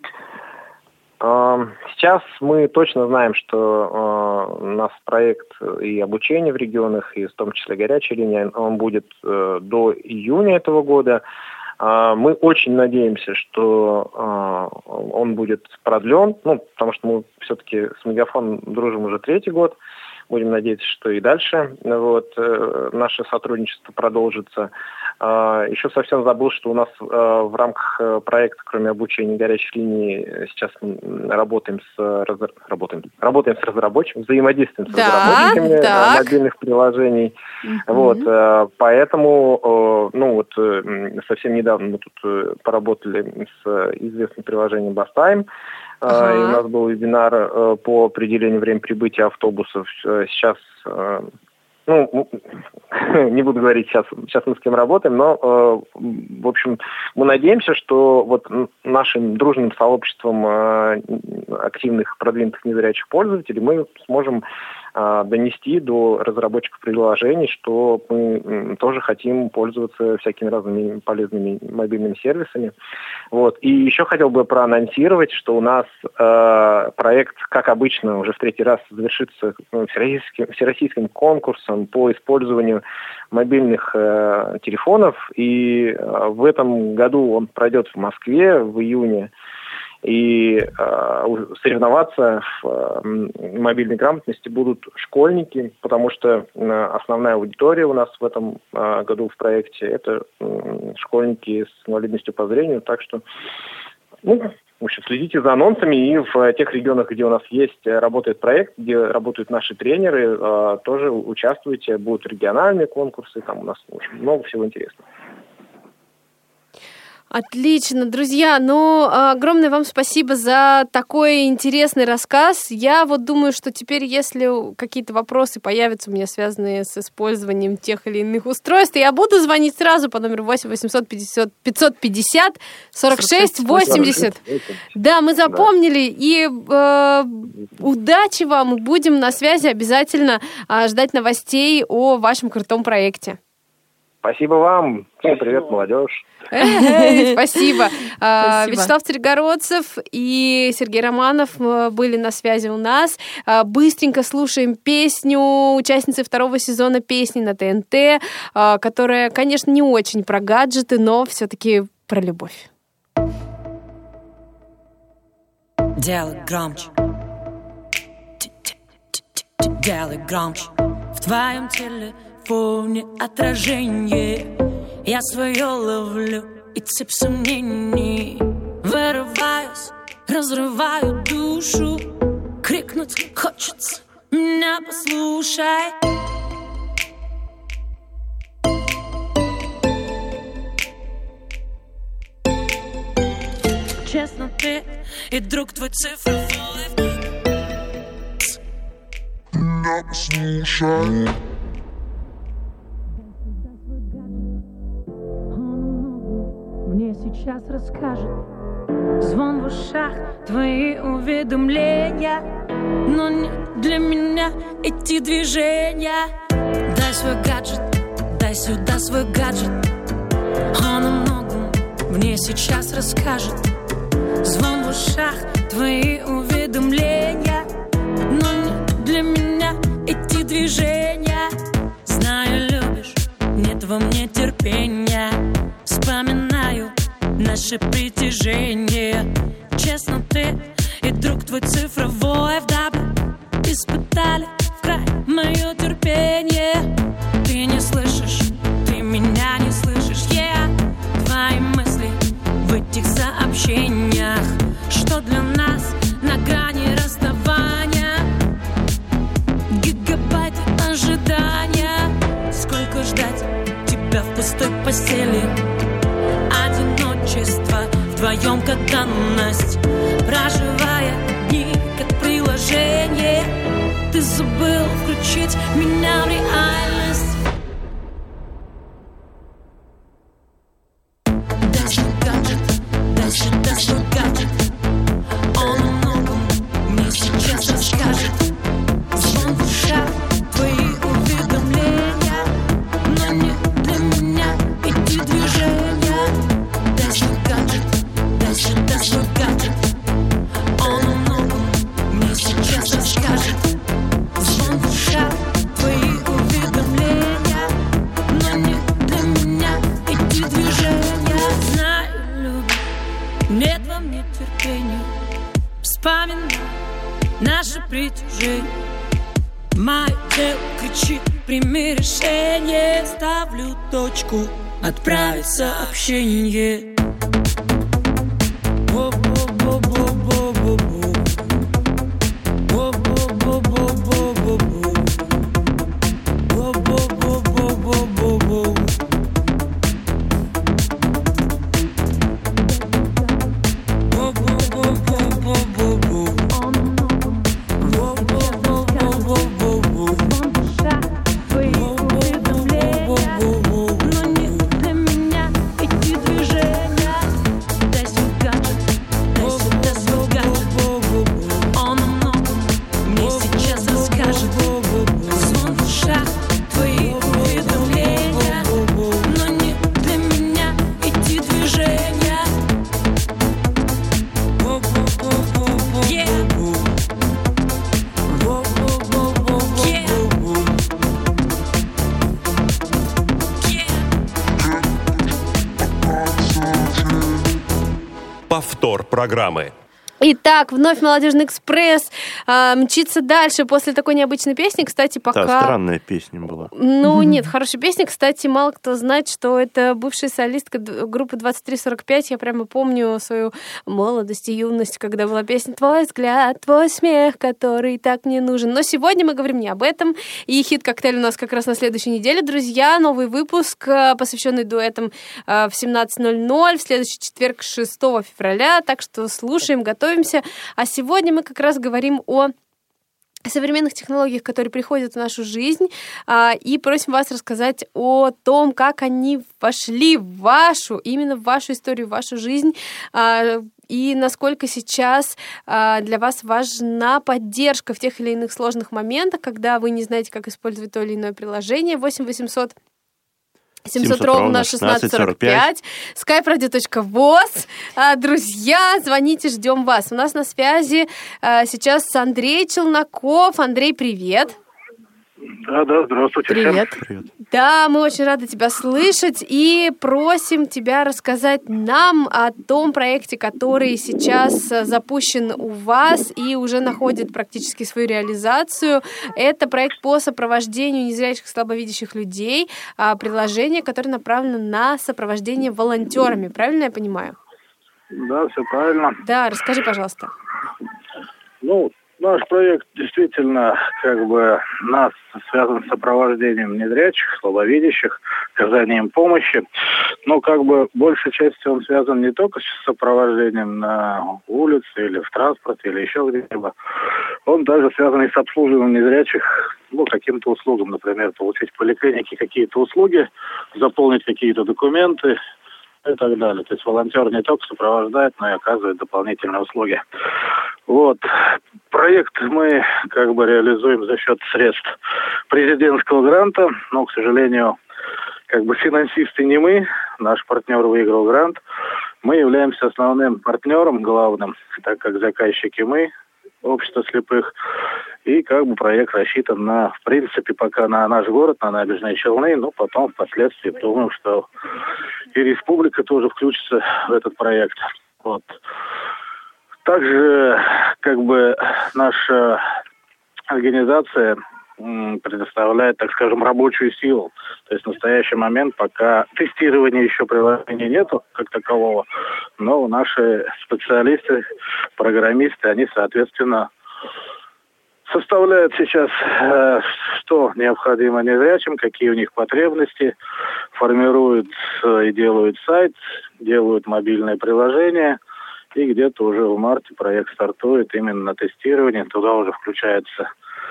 Э, Сейчас мы точно знаем, что э, у нас проект и обучение в регионах, и в том числе горячая линия, он будет э, до июня этого года. Э, Мы очень надеемся, что э, он будет продлен, ну, потому что мы все-таки с Мегафоном дружим уже третий год. Будем надеяться, что и дальше вот, э, наше сотрудничество продолжится. Э, еще совсем забыл, что у нас э, в рамках э, проекта, кроме обучения горячей линии, э, сейчас мы работаем с, разра- работаем, работаем с разработчиками, взаимодействуем с Да, разработчиками э, так. мобильных приложений. Мгм. Вот, э, поэтому, э, ну вот, э, м, совсем недавно мы тут э, поработали с э, известным приложением BusTime. Э, Ага. И у нас был вебинар э, по определению времени прибытия автобусов. Э, Сейчас, э, ну, не буду говорить сейчас, сейчас мы с кем работаем, но, э, в общем, мы надеемся, что вот н- нашим дружным сообществом э, активных, продвинутых незрячих пользователей мы сможем э, донести до разработчиков приложений, что мы м, тоже хотим пользоваться всякими разными полезными мобильными сервисами. Вот. И еще хотел бы проанонсировать, что у нас э, проект, как обычно, уже в третий раз завершится ну, всероссийским, всероссийским конкурсом по использованию мобильных э, телефонов. И э, в этом году он пройдет в Москве в июне. И э, соревноваться в э, мобильной грамотности будут школьники, потому что э, основная аудитория у нас в этом э, году в проекте – это э, школьники с инвалидностью по зрению. Так что, ну, в общем, следите за анонсами, и в тех регионах, где у нас есть, работает проект, где работают наши тренеры, э, тоже участвуйте. Будут региональные конкурсы, там у нас очень много всего интересного. Отлично, друзья. Ну, огромное вам спасибо за такой интересный рассказ. Я вот думаю, что теперь, если какие-то вопросы появятся у меня, связанные с использованием тех или иных устройств, я буду звонить сразу по номеру восемь восемьсот пятьдесят пятьсот пятьдесят сорок шесть восемьдесят. Да, мы запомнили. И э, удачи вам. Мы будем на связи, обязательно э, ждать новостей о вашем крутом проекте. Спасибо вам. Всем привет, молодежь. Спасибо. Вячеслав Царегородцев и Сергей Романов были на связи у нас. Быстренько слушаем песню участницы второго сезона песни на ТНТ, которая, конечно, не очень про гаджеты, но все-таки про любовь. Делай громче. Делай громче. В твоем телефоне отражение. Я свое ловлю и цепь сомнений. Вырываюсь, разрываю душу. Крикнуть хочется, меня послушай. Честно, ты и друг твой цифровой. Меня послушай. Мне сейчас расскажет звон в ушах, твои уведомления. Но не для меня эти движения. Дай свой гаджет, дай сюда свой гаджет. Он о многом мне сейчас расскажет. Звон в ушах, твои уведомления. Но не для меня эти движения. Знаю, любишь, нет во мне терпения. Вспоминаю наше притяжение. Честно, ты и друг твой цифровой вдобавок испытали в край мое терпение. Ты не слышишь, ты меня не слышишь. Yeah. Твои мысли в этих сообщениях, что для нас на грани расставания. Гигабайты ожидания. Сколько ждать тебя в пустой постели? Одиночество, вдвоем как данность. Проживая дни как приложение. Ты забыл включить меня в реальность. Дай свой гаджет, дай сюда свой гаджет. Он о многом мне сейчас расскажет. Звон в ушах, твои уведомления. Но не для меня эти движения. Дай свой гаджет, дай сюда свой гаджет. Он о многом мне сейчас расскажет. Звон в ушах, твои уведомления. Но не для меня эти движения. Знаю, любовь, нет во мне терпения. Вспоминай наше притяжение. Мое тело кричит, прими решение. Ставлю точку, отправить сообщение. Повтор программы. Итак, вновь «Молодежный экспресс» а, мчится дальше после такой необычной песни. Кстати, пока... Да, странная песня была. Ну, нет, хорошая песня. Кстати, мало кто знает, что это бывшая солистка группы двадцать три сорок пять. Я прямо помню свою молодость и юность, когда была песня «Твой взгляд, твой смех, который так мне нужен». Но сегодня мы говорим не об этом. И хит-коктейль у нас как раз на следующей неделе. Друзья, новый выпуск, посвященный дуэтам в семнадцать ноль ноль, в следующий четверг, шестого февраля. Так что слушаем, готовим. А сегодня мы как раз говорим о современных технологиях, которые приходят в нашу жизнь, и просим вас рассказать о том, как они вошли в вашу, именно в вашу историю, в вашу жизнь, и насколько сейчас для вас важна поддержка в тех или иных сложных моментах, когда вы не знаете, как использовать то или иное приложение. восемь восемьсот семьсот ровно шестнадцать сорок пять, skype radio точка voz. Друзья, звоните, ждем вас. У нас на связи сейчас Андрей Челноков. Андрей, привет. Да, да, здравствуйте. Привет. Привет. Да, мы очень рады тебя слышать и просим тебя рассказать нам о том проекте, который сейчас запущен у вас и уже находит практически свою реализацию. Это проект по сопровождению незрячих и слабовидящих людей, приложение, которое направлено на сопровождение волонтерами. Правильно я понимаю? Да, все правильно. Да, расскажи, пожалуйста. Ну, наш проект действительно как бы нас связан с сопровождением незрячих, слабовидящих, оказанием помощи. Но как бы большей частью он связан не только с сопровождением на улице или в транспорте или еще где-либо. Он даже связан и с обслуживанием незрячих, ну, каким-то услугам, например, получить в поликлинике какие-то услуги, заполнить какие-то документы и так далее. То есть волонтер не только сопровождает, но и оказывает дополнительные услуги. Вот. Проект мы как бы реализуем за счет средств президентского гранта, но, к сожалению, как бы финансисты не мы, наш партнер выиграл грант. Мы являемся основным партнером, главным, так как заказчики мы, общество слепых. И как бы проект рассчитан на, в принципе, пока на наш город, на Набережные Челны, но потом впоследствии думаю, что и республика тоже включится в этот проект. Вот. Также как бы наша организация предоставляет, так скажем, рабочую силу. То есть в настоящий момент пока тестирования еще приложения нету как такового, но наши специалисты, программисты, они, соответственно, составляют сейчас, э, что необходимо незрячим, какие у них потребности, формируют э, и делают сайт, делают мобильное приложение, и где-то уже в марте проект стартует именно на тестирование. Туда уже включается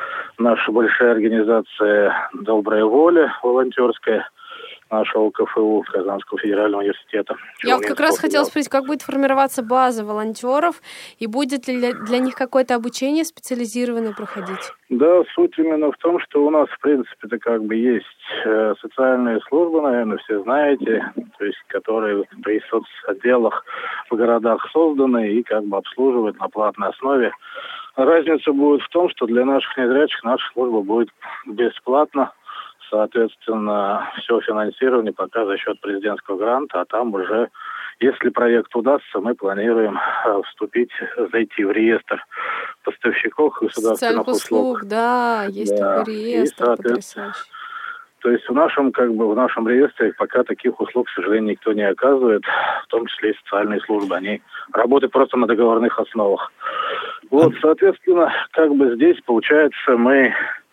наша большая организация «Добрая воля» волонтерская, нашего КФУ, Казанского федерального университета. Я вот как раз хотела спросить, как будет формироваться база волонтеров, и будет ли для, для них какое-то обучение специализированное проходить? Да, суть именно в том, что у нас, в принципе-то, как бы есть э, социальные службы, наверное, все знаете, то есть, которые при соцотделах в городах созданы и как бы обслуживают на платной основе. Разница будет в том, что для наших незрячих наша служба будет бесплатна. Соответственно, все финансирование пока за счет президентского гранта, а там уже, если проект удастся, мы планируем э, вступить, зайти в реестр поставщиков государственных услуг. услуг. Да, есть да. такой реестр, потрясающий. То есть в нашем, как бы, в нашем реестре пока таких услуг, к сожалению, никто не оказывает, в том числе и социальные службы. Они работают просто на договорных основах. Вот, соответственно, как бы здесь, получается, мы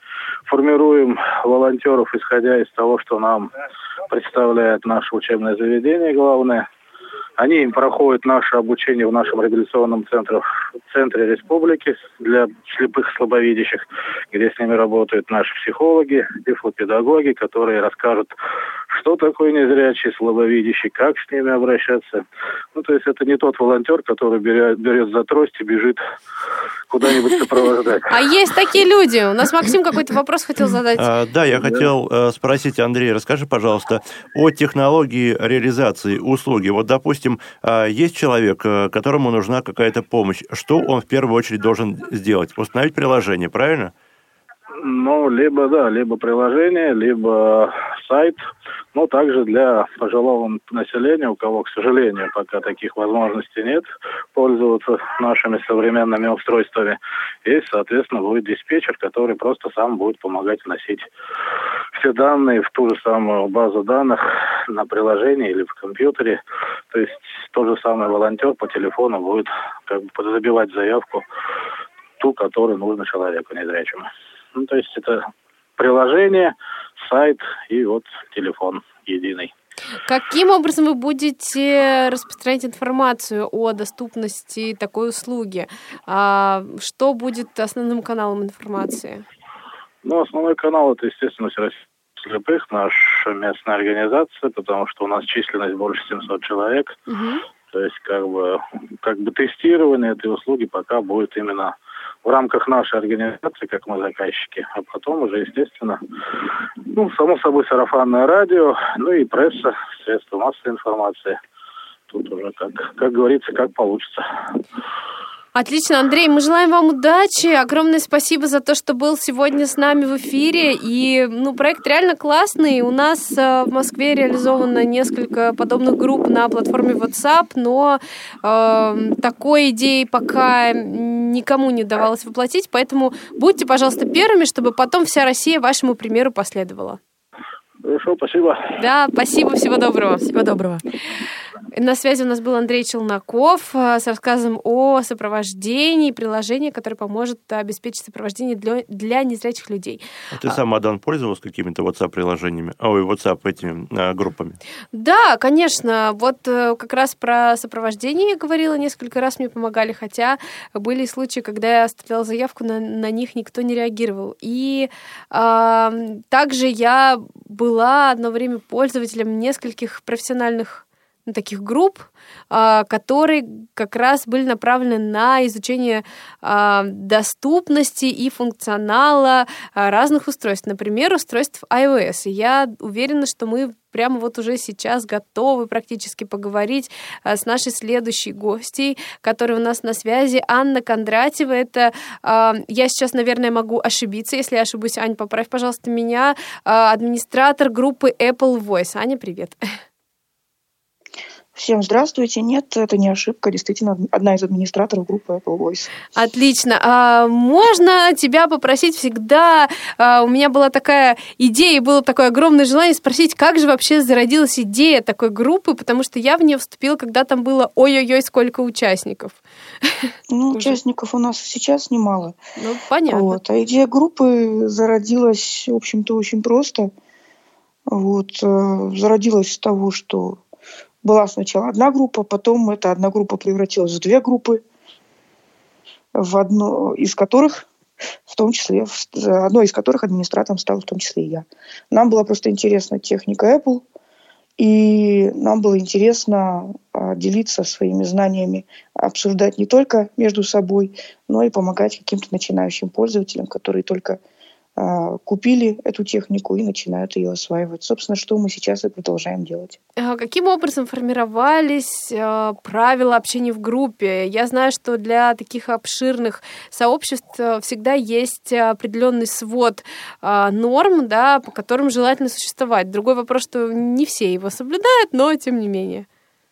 формируем волонтеров, исходя из того, что нам представляет наше учебное заведение, главное. Они проходят наше обучение в нашем реабилитационном центре, в центре республики для слепых и слабовидящих, где с ними работают наши психологи, тифлопедагоги, которые расскажут, что такое незрячий, слабовидящий, как с ними обращаться. Ну, то есть это не тот волонтер, который берет, берет за трость и бежит куда-нибудь сопровождать. А есть такие люди. У нас Максим какой-то вопрос хотел задать. А, да, я хотел э, спросить, Андрей, расскажи, пожалуйста, о технологии реализации услуги. Вот, допустим, э, есть человек, э, которому нужна какая-то помощь. Что он в первую очередь должен сделать? Установить приложение, правильно? Ну, либо, да, либо приложение, либо сайт, но также для пожилого населения, у кого, к сожалению, пока таких возможностей нет, пользоваться нашими современными устройствами. И, соответственно, будет диспетчер, который просто сам будет помогать вносить все данные в ту же самую базу данных на приложении или в компьютере. То есть тот же самый волонтер по телефону будет как бы забивать заявку, ту, которую нужно человеку незрячему. Ну, то есть это приложение, сайт и вот телефон единый. Каким образом вы будете распространять информацию о доступности такой услуги? А что будет основным каналом информации? Ну, основной канал — это, естественно, Всероссийский слепых, наша местная организация, потому что у нас численность больше семьсот человек. Угу. То есть как бы, как бы тестирование этой услуги пока будет именно в рамках нашей организации, как мы заказчики, а потом уже, естественно, ну, само собой, сарафанное радио, ну и пресса, средства массовой информации. Тут уже, как, как говорится, как получится. Отлично, Андрей, мы желаем вам удачи. Огромное спасибо за то, что был сегодня с нами в эфире. И, ну, проект реально классный. У нас э, в Москве реализовано несколько подобных групп на платформе WhatsApp, но э, такой идеи пока никому не удавалось воплотить. Поэтому будьте, пожалуйста, первыми, чтобы потом вся Россия вашему примеру последовала. Хорошо, спасибо. Да, спасибо, всего доброго. Всего доброго. На связи у нас был Андрей Челноков с рассказом о сопровождении, приложении, которое поможет обеспечить сопровождение для, для незрячих людей. А ты сама, Дан, пользовалась какими-то WhatsApp-приложениями? Ой, WhatsApp этими а, группами? Да, конечно. Вот как раз про сопровождение я говорила, несколько раз мне помогали, хотя были случаи, когда я оставляла заявку, на, на них никто не реагировал. И а, также я была одно время пользователем нескольких профессиональных таких групп, которые как раз были направлены на изучение доступности и функционала разных устройств, например, устройств iOS. И я уверена, что мы прямо вот уже сейчас готовы практически поговорить с нашей следующей гостьей, которая у нас на связи, Анна Кондратьева. Это, я сейчас, наверное, могу ошибиться, если я ошибусь, Ань, поправь, пожалуйста, меня, администратор группы Apple Voice. Аня, привет. Всем здравствуйте. Нет, это не ошибка. Действительно, одна из администраторов группы Apple Voice. Отлично. А можно тебя попросить всегда... А, у меня была такая идея, было такое огромное желание спросить, как же вообще зародилась идея такой группы, потому что я в нее вступила, когда там было ой-ой-ой, сколько участников. Ну, участников у нас сейчас немало. Ну, понятно. Вот. А идея группы зародилась, в общем-то, очень просто. Вот. Зародилась с того, что была сначала одна группа, потом эта одна группа превратилась в две группы, в одну из которых, в том числе, одной из которых администратором стал в том числе и я. Нам была просто интересна техника Apple, и нам было интересно делиться своими знаниями, обсуждать не только между собой, но и помогать каким-то начинающим пользователям, которые только купили эту технику и начинают ее осваивать. Собственно, что мы сейчас и продолжаем делать. Каким образом формировались правила общения в группе? Я знаю, что для таких обширных сообществ всегда есть определенный свод норм, да, по которым желательно существовать. Другой вопрос, что не все его соблюдают, но тем не менее.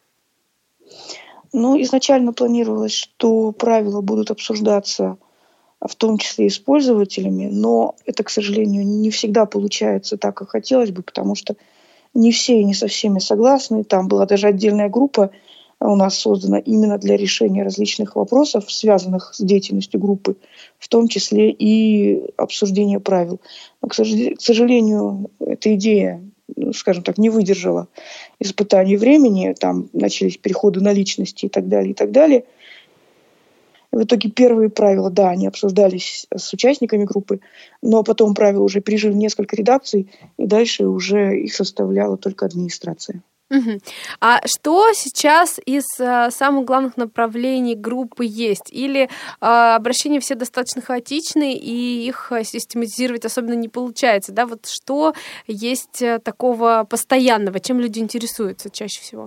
Ну, изначально планировалось, что правила будут обсуждаться в том числе и с пользователями, но это, к сожалению, не всегда получается так, как хотелось бы, потому что не все и не со всеми согласны. Там была даже отдельная группа у нас создана именно для решения различных вопросов, связанных с деятельностью группы, в том числе и обсуждения правил. Но, к сожалению, эта идея, скажем так, не выдержала испытаний времени, там начались переходы на личности и так далее, и так далее. В итоге первые правила, да, они обсуждались с участниками группы, но потом правила уже пережили несколько редакций, и дальше уже их составляла только администрация. Угу. А что сейчас из а, самых главных направлений группы есть? Или а, обращения все достаточно хаотичные, и их систематизировать особенно не получается? Да? Вот что есть такого постоянного, чем люди интересуются чаще всего?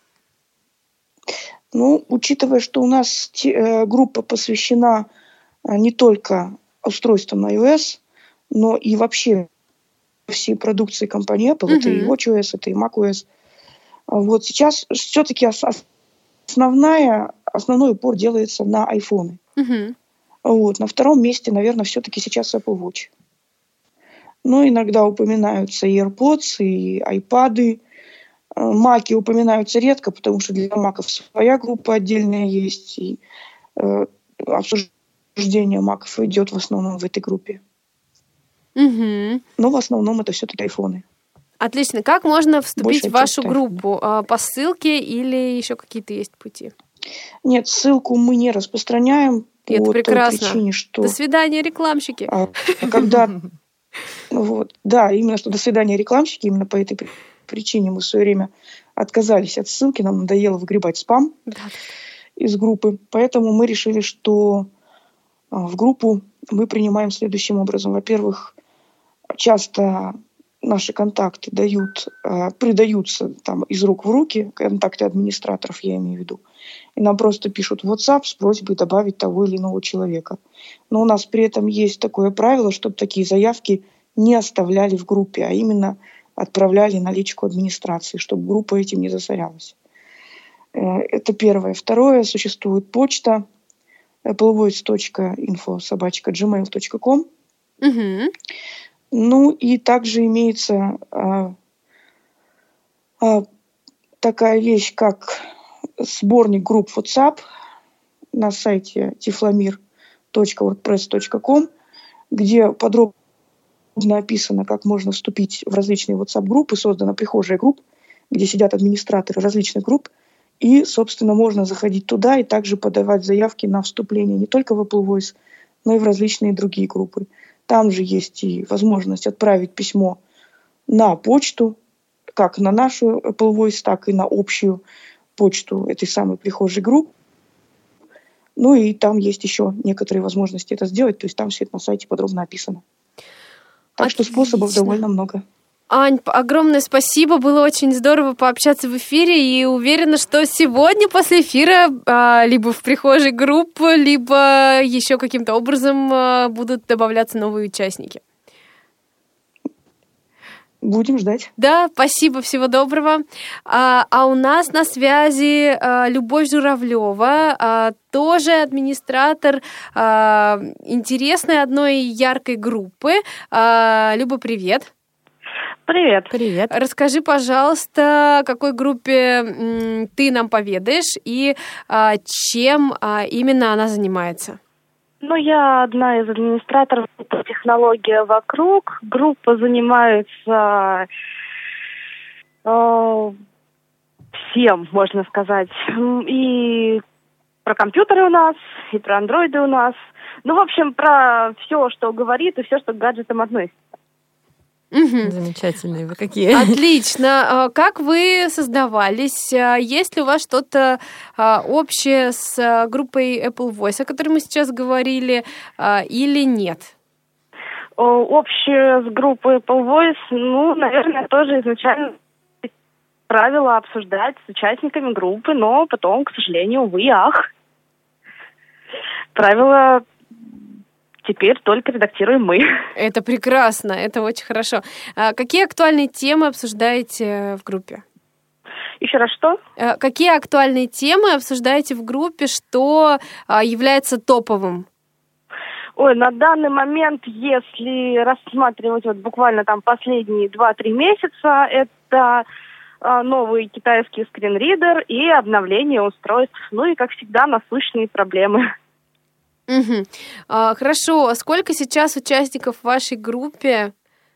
Ну, учитывая, что у нас те, э, группа посвящена э, не только устройствам iOS, но и вообще всей продукции компании Apple. Mm-hmm. Это и watchOS, это и macOS. Вот сейчас все-таки основная, основной упор делается на айфоны. Mm-hmm. Вот. На втором месте, наверное, все-таки сейчас Apple Watch. Но иногда упоминаются и AirPods, и iPad. Маки упоминаются редко, потому что для маков своя группа отдельная есть, и э, обсуждение маков идет в основном в этой группе. Угу. Но в основном это все-таки айфоны. Отлично. Как можно вступить Большая в вашу часть группу? А, по ссылке или еще какие-то есть пути? Нет, ссылку мы не распространяем. Это по прекрасно. той причине, что... До свидания, рекламщики. А, когда... Вот. Да, именно что до свидания, рекламщики. Именно по этой причине мы в свое время отказались от ссылки. Нам надоело выгребать спам да. из группы. Поэтому мы решили, что в группу мы принимаем следующим образом. Во-первых, часто наши контакты дают, придаются там, из рук в руки, контакты администраторов, я имею в виду. И нам просто пишут в WhatsApp с просьбой добавить того или иного человека. Но у нас при этом есть такое правило, чтобы такие заявки не оставляли в группе, а именно отправляли на личку администрации, чтобы группа этим не засорялась. Это первое. Второе. Существует почта applevoice точка info собака джимейл точка ком. Угу. Ну и также имеется а, а, такая вещь, как сборник групп WhatsApp на сайте tiflomir точка wordpress точка ком, где подробно описано, как можно вступить в различные WhatsApp-группы, создана прихожая групп, где сидят администраторы различных групп, и, собственно, можно заходить туда и также подавать заявки на вступление не только в Apple Voice, но и в различные другие группы. Там же есть и возможность отправить письмо на почту, как на нашу Apple Voice, так и на общую почту этой самой прихожей групп. Ну и там есть еще некоторые возможности это сделать, то есть там все это на сайте подробно описано. Так Отлично. что способов довольно много. Ань, огромное спасибо, было очень здорово пообщаться в эфире, и уверена, что сегодня после эфира а, либо в прихожей группы, либо еще каким-то образом а, будут добавляться новые участники. Будем ждать. Да, спасибо, всего доброго. А, а у нас на связи а, Любовь Журавлева, а, тоже администратор а, интересной одной яркой группы. А, Люба, привет. Привет. Привет. Расскажи, пожалуйста, какой группе м, ты нам поведаешь и а, чем а, именно она занимается? Ну, я одна из администраторов «Технология вокруг». Группа занимается э, всем, можно сказать. И про компьютеры у нас, и про андроиды у нас. Ну, в общем, про все, что говорит, и все, что к гаджетам относится. Угу. Замечательные вы какие. Отлично. Как вы создавались? Есть ли у вас что-то общее с группой Apple Voice, о которой мы сейчас говорили, или нет? Общее с группой Apple Voice, ну, наверное, тоже изначально правила обсуждать с участниками группы, но потом, к сожалению, увы и ах. Правила теперь только редактируем мы. Это прекрасно, это очень хорошо. А какие актуальные темы обсуждаете в группе? Еще раз что? А какие актуальные темы обсуждаете в группе, что а, является топовым? Ой, на данный момент, если рассматривать вот буквально там последние два-три месяца, это а, новый китайский скринридер и обновление устройств. Ну и, как всегда, насущные проблемы. Угу. А, хорошо. Сколько сейчас участников в вашей группе?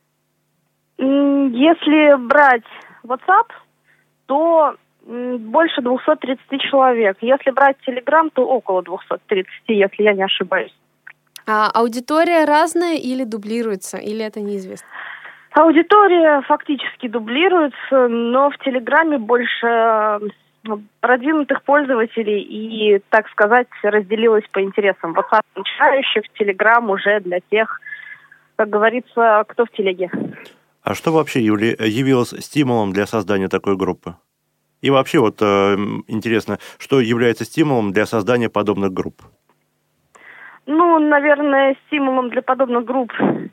Если брать WhatsApp, то больше двести тридцать человек. Если брать Telegram, то около двести тридцать, если я не ошибаюсь. А аудитория разная или дублируется, или это неизвестно? Аудитория фактически дублируется, но в Телеграме больше продвинутых пользователей и, так сказать, разделилась по интересам. WhatsApp начинающих, Telegram уже для тех, как говорится, кто в телеге. А что вообще явилось стимулом для создания такой группы? И вообще вот э, интересно, что является стимулом для создания подобных групп? Ну, наверное, стимулом для подобных групп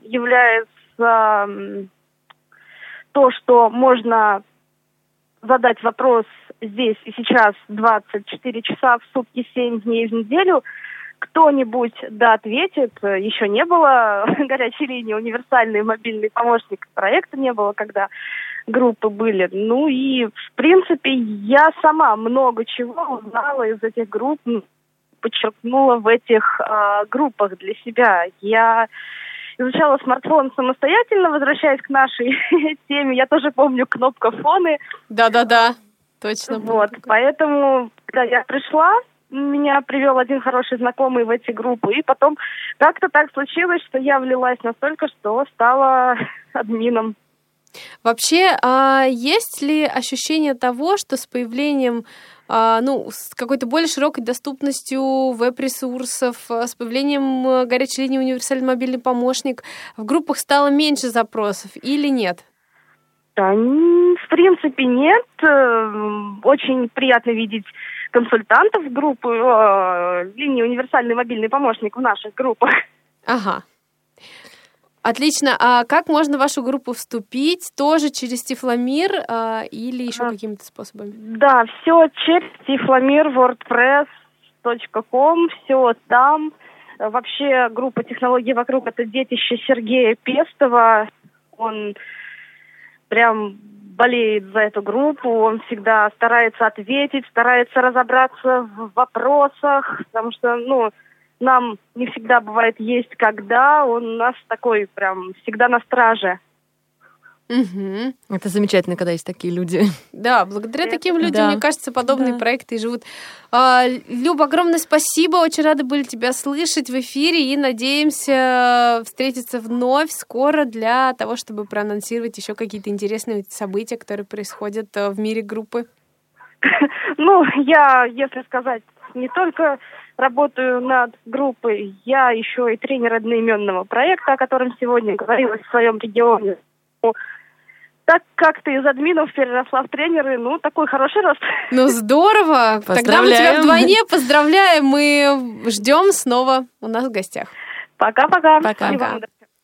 является м, то, что можно задать вопрос здесь и сейчас двадцать четыре часа в сутки, семь дней в неделю. Кто-нибудь да ответит. Еще не было горячей линии, универсальный мобильный помощник, проекта не было, когда группы были. Ну и, в принципе, я сама много чего узнала из этих групп, подчеркнула в этих э, группах для себя. Я изучала смартфон самостоятельно, возвращаясь к нашей теме. Я тоже помню кнопкофоны. Да-да-да, точно. Вот, поэтому, когда я пришла, меня привел один хороший знакомый в эти группы. И потом как-то так случилось, что я влилась настолько, что стала админом. Вообще, а есть ли ощущение того, что с появлением, а, ну, с какой-то более широкой доступностью веб-ресурсов, с появлением горячей линии универсальный мобильный помощник, в группах стало меньше запросов или нет? Да, в принципе, нет. Очень приятно видеть консультантов группы, э, линии универсальный мобильный помощник в наших группах. Ага. Отлично. А как можно в вашу группу вступить? Тоже через Тифломир а, или еще а, какими-то способами? Да, все через Тифломир, вордпресс точка ком, все там. Вообще группа «Технологии вокруг» — это детище Сергея Пестова. Он прям болеет за эту группу, он всегда старается ответить, старается разобраться в вопросах, потому что, ну, нам не всегда бывает есть когда, он у нас такой прям всегда на страже. Угу. Это замечательно, когда есть такие люди. Да, благодаря Это, таким людям, да. мне кажется, подобные Да. проекты и живут. А, Люб, огромное спасибо, очень рады были тебя слышать в эфире и надеемся встретиться вновь скоро для того, чтобы проанонсировать еще какие-то интересные события, которые происходят в мире группы. Ну, я, если сказать, не только работаю над группой, я еще и тренер одноименного проекта, о котором сегодня говорилось в своем регионе. Так как ты из админов переросла в тренеры, ну, такой хороший рост. Ну, здорово! Тогда мы тебя вдвойне поздравляем и ждем снова у нас в гостях. Пока-пока. Пока.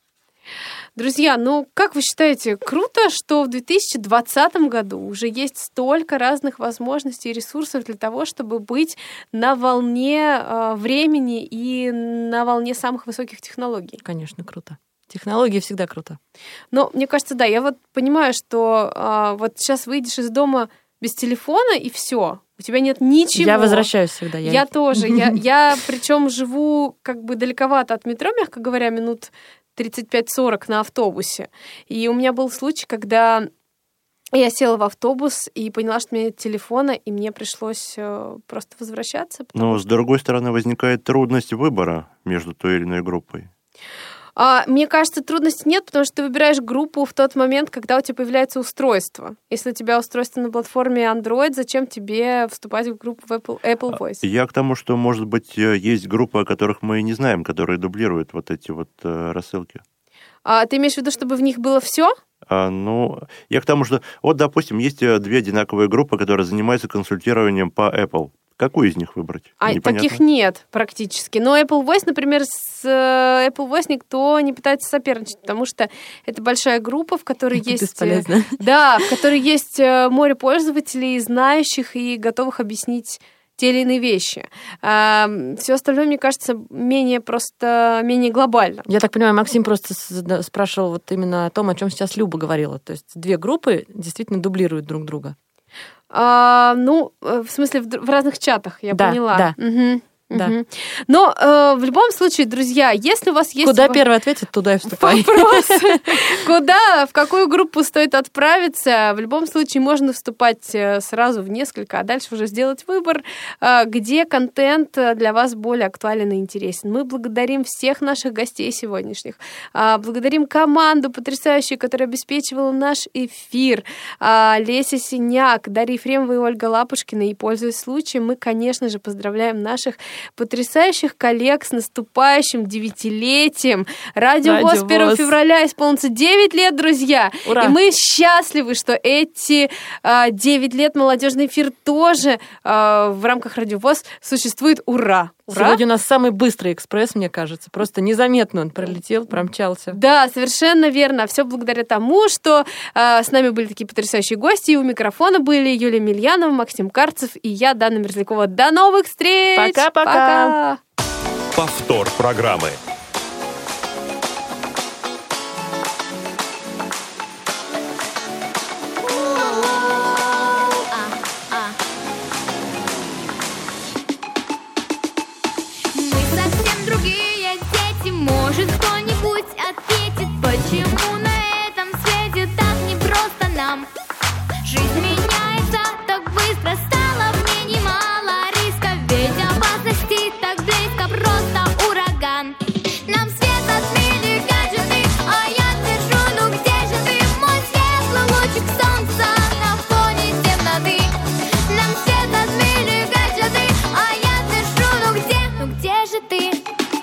Друзья, ну, как вы считаете, круто, что в две тысячи двадцатом году уже есть столько разных возможностей и ресурсов для того, чтобы быть на волне э, времени и на волне самых высоких технологий? Конечно, круто. Технологии всегда круто. Но мне кажется, да, я вот понимаю, что а, вот сейчас выйдешь из дома без телефона и все, у тебя нет ничего. Я возвращаюсь всегда. Я, я тоже. Я, я причем живу как бы далековато от метро, мягко говоря, минут тридцать пять сорок на автобусе. И у меня был случай, когда я села в автобус и поняла, что у меня нет телефона, и мне пришлось э, просто возвращаться. Но, с другой стороны, возникает трудность выбора между той или иной группой. А, мне кажется, трудностей нет, потому что ты выбираешь группу в тот момент, когда у тебя появляется устройство. Если у тебя устройство на платформе Android, зачем тебе вступать в группу в Apple, Apple Voice? Я к тому, что, может быть, есть группы, о которых мы не знаем, которые дублируют вот эти вот э, рассылки. А ты имеешь в виду, чтобы в них было все? А, ну, я к тому, что, вот, допустим, есть две одинаковые группы, которые занимаются консультированием по Apple. Какую из них выбрать? А Непонятно. таких нет практически. Но Apple Voice, например, с Apple Voice никто не пытается соперничать, потому что это большая группа, в которой это есть... Бесполезно. Да, в которой есть море пользователей, знающих и готовых объяснить те или иные вещи. А все остальное, мне кажется, менее просто, менее глобально. Я так понимаю, Максим просто спрашивал вот именно о том, о чем сейчас Люба говорила. То есть две группы действительно дублируют друг друга. А, ну, в смысле, в, в разных чатах, я да, поняла. Да, угу, да. Угу. Но э, в любом случае, друзья, если у вас есть... Куда первый ответит, туда и вступай. Вопрос, куда, в какую группу стоит отправиться. В любом случае, можно вступать сразу в несколько, а дальше уже сделать выбор, где контент для вас более актуален и интересен. Мы благодарим всех наших гостей сегодняшних. Благодарим команду потрясающую, которая обеспечивала наш эфир. Леся Синяк, Дарья Ефремова и Ольга Лапушкина. И, пользуясь случаем, мы, конечно же, поздравляем наших потрясающих коллег с наступающим девятилетием. Радио ВОС Радио первого ВОС. февраля исполнится девять лет, друзья. Ура. И мы счастливы, что эти а, девять лет молодежный эфир тоже а, в рамках Радио ВОС существует. Ура! Ура! Сегодня у нас самый быстрый экспресс, мне кажется. Просто незаметно он пролетел, промчался. Да, совершенно верно. Все благодаря тому, что э, с нами были такие потрясающие гости. И у микрофона были Юлия Мильянова, Максим Карцев и я, Дана Мерзлякова. До новых встреч! Пока-пока! Пока! Повтор программы. Может, кто-нибудь ответит, почему на этом свете так непросто нам? Жизнь меняется так быстро, стало в ней немало риска, ведь опасности так близко, просто ураган. Нам свет отмели гаджеты, а я держу, ну где же ты, мой светлый лучик солнца на фоне темноты? Нам свет отмели гаджеты, а я держу, ну где, ну где же ты?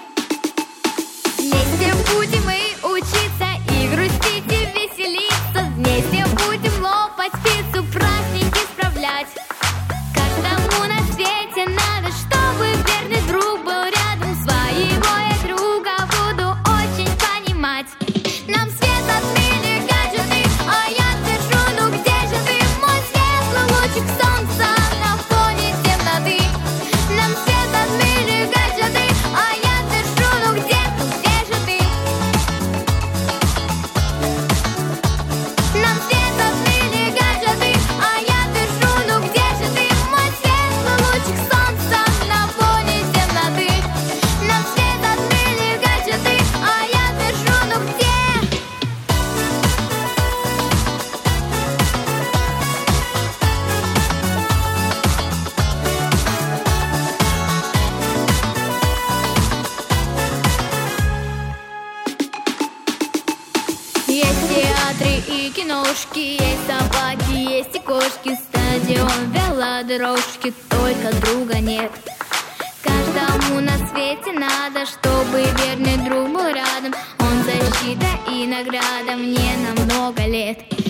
Вместе будем мы учиться и грустить, и веселиться. Вместе будем лопать пиццу, праздники справлять. Каждому на свете надо, чтобы верный друг был рядом. Своего я друга буду очень понимать. Нам свет отмели гаджеты, а я держу, ну где же ты, мой светлый лучик солнца на фоне темноты? Нам свет отмели гаджеты, а я держу, ну где, ну где же ты? Нам свет отмели гаджеты, а я держу, ну где же ты, мой светлый лучик солнца на фоне темноты? Нам свет отмели гаджеты, а я держу, ну где? Есть театры и киношки, есть собаки, есть и кошки, стадион, велодорожки, только друга нет. Каждому на свете надо, чтобы верный друг был рядом. Он защита и награда мне на много лет.